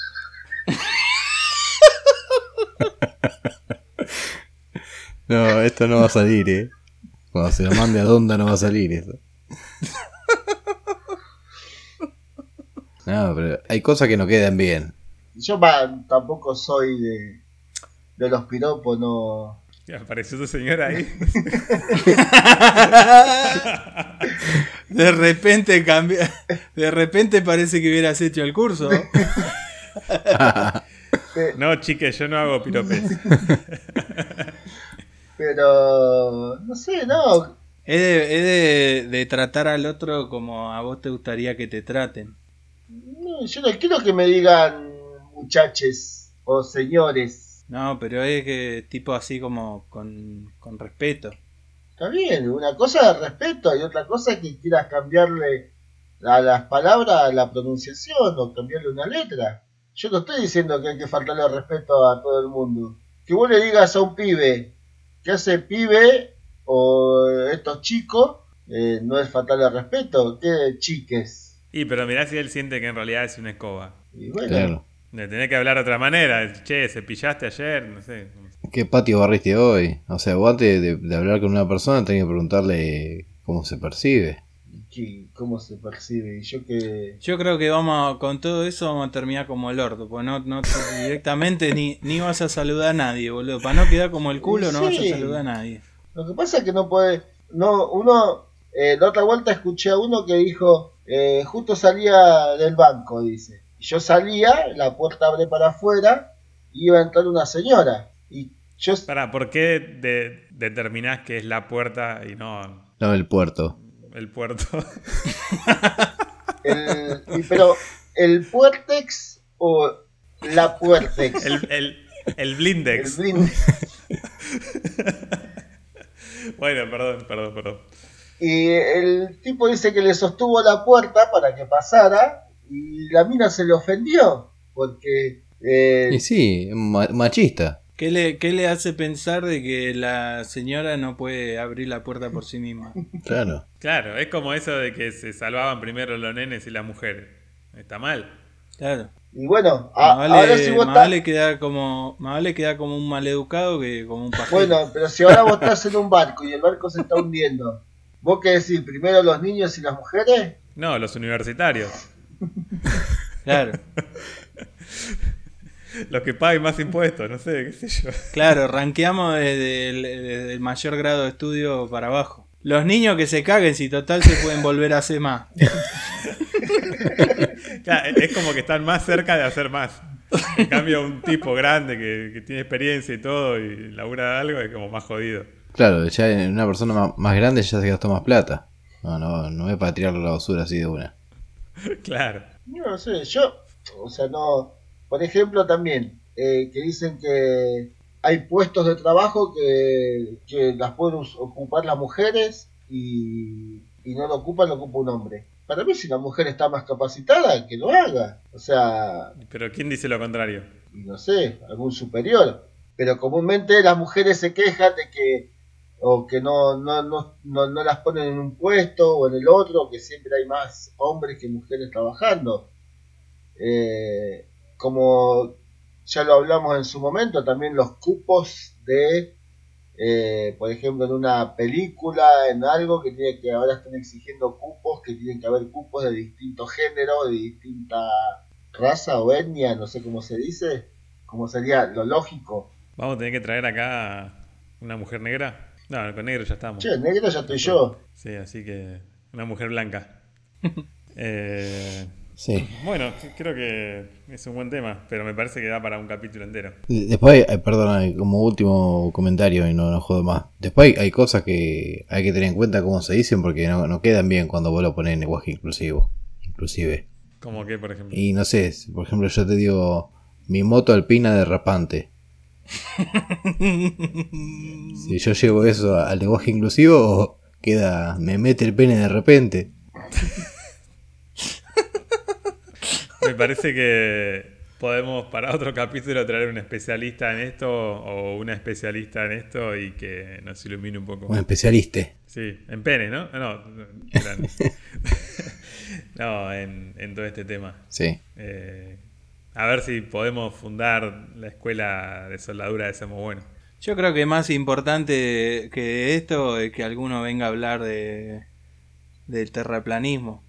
No, esto no va a salir, Cuando se lo mande a Donda no va a salir eso. No, pero hay cosas que no quedan bien. Yo tampoco soy de los piropos, no. Apareció tu señora ahí. De repente cambia. De repente parece que hubieras hecho el curso. No, chique, yo no hago piropes. Pero, no sé, no. Es de tratar al otro como a vos te gustaría que te traten. No, yo no quiero que me digan muchaches o señores. No, pero es que tipo así como con respeto. Está bien, una cosa es respeto y otra cosa es que quieras cambiarle a las palabras la pronunciación o cambiarle una letra. Yo no estoy diciendo que hay que faltarle el respeto a todo el mundo. Que vos le digas a un pibe que hace pibe o estos chicos, no es faltarle el respeto, que chiques. Pero mirá si él siente que en realidad es una escoba. Y bueno, Claro. Le tenés que hablar de otra manera. Che, cepillaste ayer, no sé. ¿Qué patio barriste hoy? O sea, vos antes de hablar con una persona tenés que preguntarle cómo se percibe. ¿cómo se percibe? Y yo que... Yo creo que con todo eso vamos a terminar como el orto, pues no directamente ni vas a saludar a nadie, boludo. Para no quedar como el culo no vas a Sí. saludar a nadie. Lo que pasa es que no puede... No, uno... la otra vuelta escuché a uno que dijo, justo salía del banco, dice. Y yo salía, la puerta abre para afuera, y iba a entrar una señora. Y yo... Pará, ¿por qué determinás que es la puerta y no No, el puerto. el puerto? pero, ¿el Puertex o la Puertex? el blindex. El blindex. Bueno, perdón. Y el tipo dice que le sostuvo la puerta para que pasara y la mina se le ofendió porque Y sí, machista. ¿Qué le hace pensar de que la señora no puede abrir la puerta por sí misma? Claro. Claro, es como eso de que se salvaban primero los nenes y las mujeres. Está mal. Claro. y bueno, Más ahora si vos vale quedar como un maleducado que como un pajero. bueno, pero si ahora vos estás en un barco y el barco se está hundiendo, ¿vos qué decís? ¿Primero los niños y las mujeres? No, los universitarios. Claro. Los que paguen más impuestos, no sé, qué sé yo. Claro, rankeamos desde el mayor grado de estudio para abajo. Los niños que se caguen, si total se pueden volver a hacer más. Claro, es como que están más cerca de hacer más. En cambio, un tipo grande que tiene experiencia y todo y labura algo es como más jodido. Claro, ya una persona más grande ya se gastó más plata. No es para tirarlo a la basura así de una. Claro. No sé, o sea, no. Por ejemplo, también, que dicen que hay puestos de trabajo que las pueden ocupar las mujeres y no lo ocupa un hombre. Para mí, si la mujer está más capacitada, que lo haga. O sea, Pero ¿quién dice lo contrario? y no sé, algún superior. Pero comúnmente las mujeres se quejan de que o que no las ponen en un puesto o en el otro, que siempre hay más hombres que mujeres trabajando. Como ya lo hablamos en su momento, también los cupos de, por ejemplo, en una película, en algo que tiene que ahora están exigiendo cupos, que tienen que haber cupos de distintos géneros, de distinta raza o etnia, no sé cómo se dice, como sería lo lógico. Vamos a tener que traer acá una mujer negra. No, con negro ya estamos. Che, negro ya estoy yo. Sí, así que una mujer blanca. Sí. Bueno, creo que es un buen tema, pero me parece que da para un capítulo entero. Después, perdona, como último comentario y no jodo más. Después hay cosas que hay que tener en cuenta cómo se dicen porque no quedan bien cuando vos lo pones en lenguaje inclusivo. Inclusive. ¿Cómo qué, por ejemplo? Y no sé, por ejemplo yo te digo mi moto alpina derrapante. Si yo llevo eso al lenguaje inclusivo, queda me mete el pene de repente. Me parece que podemos para otro capítulo traer un especialista en esto o una especialista en esto y que nos ilumine un poco. Un especialista. Sí, en pene, ¿no? No, en todo este tema. Sí. A ver si podemos fundar la escuela de soldadura de Somos Buenos. Yo creo que más importante que esto es que alguno venga a hablar del terraplanismo.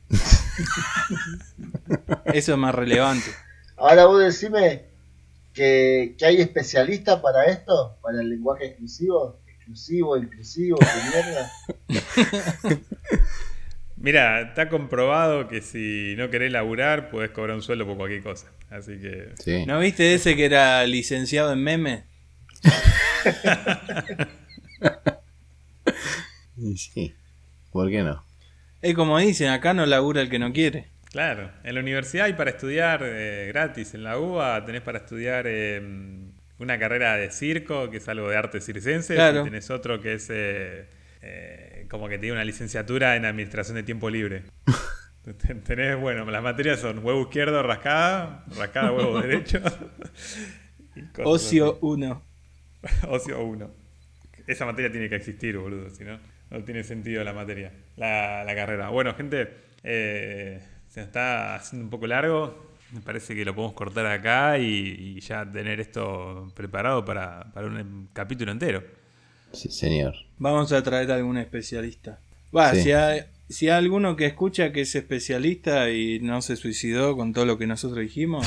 Eso es más relevante. Ahora vos decime que hay especialistas para esto, para el lenguaje exclusivo, qué mierda. Mira, está comprobado que si no querés laburar, podés cobrar un sueldo por cualquier cosa. Así que... Sí. ¿No viste ese que era licenciado en meme? Sí. ¿Por qué no? Es como dicen, acá no labura el que no quiere. Claro, en la universidad hay para estudiar gratis. En la UBA tenés para estudiar una carrera de circo, que es algo de artes circenses. Claro. Y tenés otro que es como que tiene una licenciatura en administración de tiempo libre. Tenés, bueno, las materias son huevo izquierdo, rascada, huevo derecho. Y cosas Ocio así. 1. Ocio 1. Esa materia tiene que existir, boludo, si no, no tiene sentido la materia, la carrera. Bueno, gente, se nos está haciendo un poco largo. Me parece que lo podemos cortar acá y ya tener esto preparado para un capítulo entero. Sí, señor. Vamos a traer a algún especialista. Va, Sí. si hay alguno que escucha que es especialista y no se suicidó con todo lo que nosotros dijimos,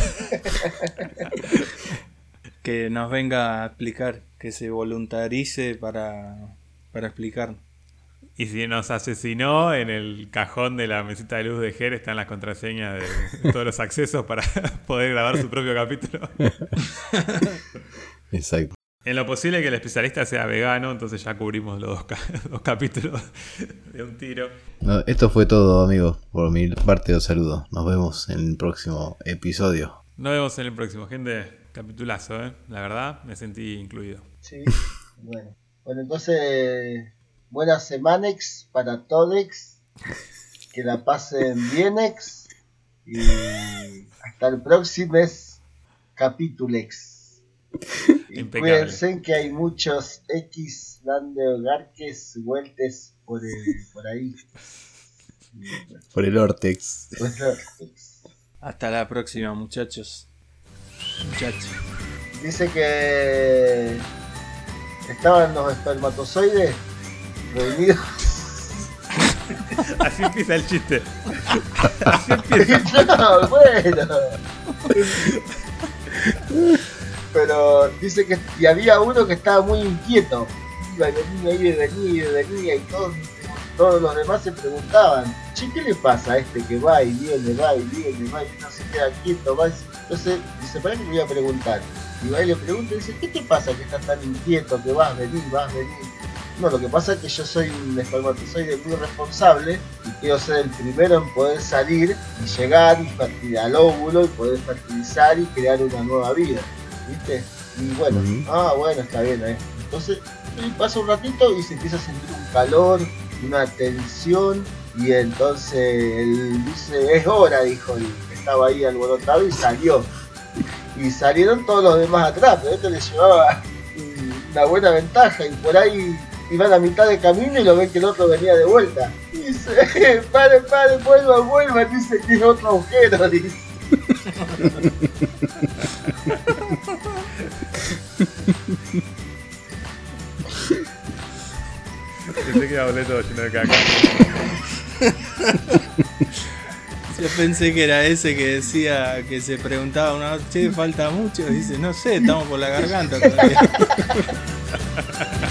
que nos venga a explicar, que se voluntarice para explicarnos. Y si nos asesinó, en el cajón de la mesita de luz de Ger están las contraseñas de todos los accesos para poder grabar su propio capítulo. Exacto. En lo posible que el especialista sea vegano, entonces ya cubrimos los dos capítulos de un tiro. No, esto fue todo, amigos. Por mi parte, os saludo. Nos vemos en el próximo episodio. Nos vemos en el próximo, gente. Capitulazo, La verdad, me sentí incluido. Sí, bueno. Bueno, entonces, buenas semanex para todex. Que la pasen bienex. Y hasta el próximo capítulex. Y Impecable. cuídense que hay muchos X dando garques vueltes por ahí. Por el Ortex. Bueno, Hasta la próxima, muchachos. Muchachos. dice que estaban los espermatozoides reunidos. Así empieza el chiste. Así empieza. No, bueno. Pero dice que y había uno que estaba muy inquieto. Iba y venía y todos los demás se preguntaban, che, ¿qué le pasa a este que va y viene, y no se queda quieto? Entonces dice, para que le voy a preguntar. Y va y le pregunta y dice, ¿qué te pasa que estás tan inquieto, que vas, venís? No, lo que pasa es que yo soy un espermatozoide muy responsable y quiero ser el primero en poder salir y llegar al óvulo y poder fertilizar y crear una nueva vida, ¿viste? Y bueno, bueno, está bien, Entonces, pasa un ratito y se empieza a sentir un calor, una tensión, y entonces él dice, es hora, dijo, y estaba ahí alborotado y salió. Y salieron todos los demás atrás, pero este le llevaba una buena ventaja, y por ahí iban a mitad de camino y lo ven que el otro venía de vuelta. Y dice, pare, vuelvan, dice que es otro agujero, dice. Pensé que iba a volver todo lleno de caca. Yo pensé que era ese que decía, que se preguntaba una vez, che, falta mucho. Dice, no sé, estamos por la garganta todavía.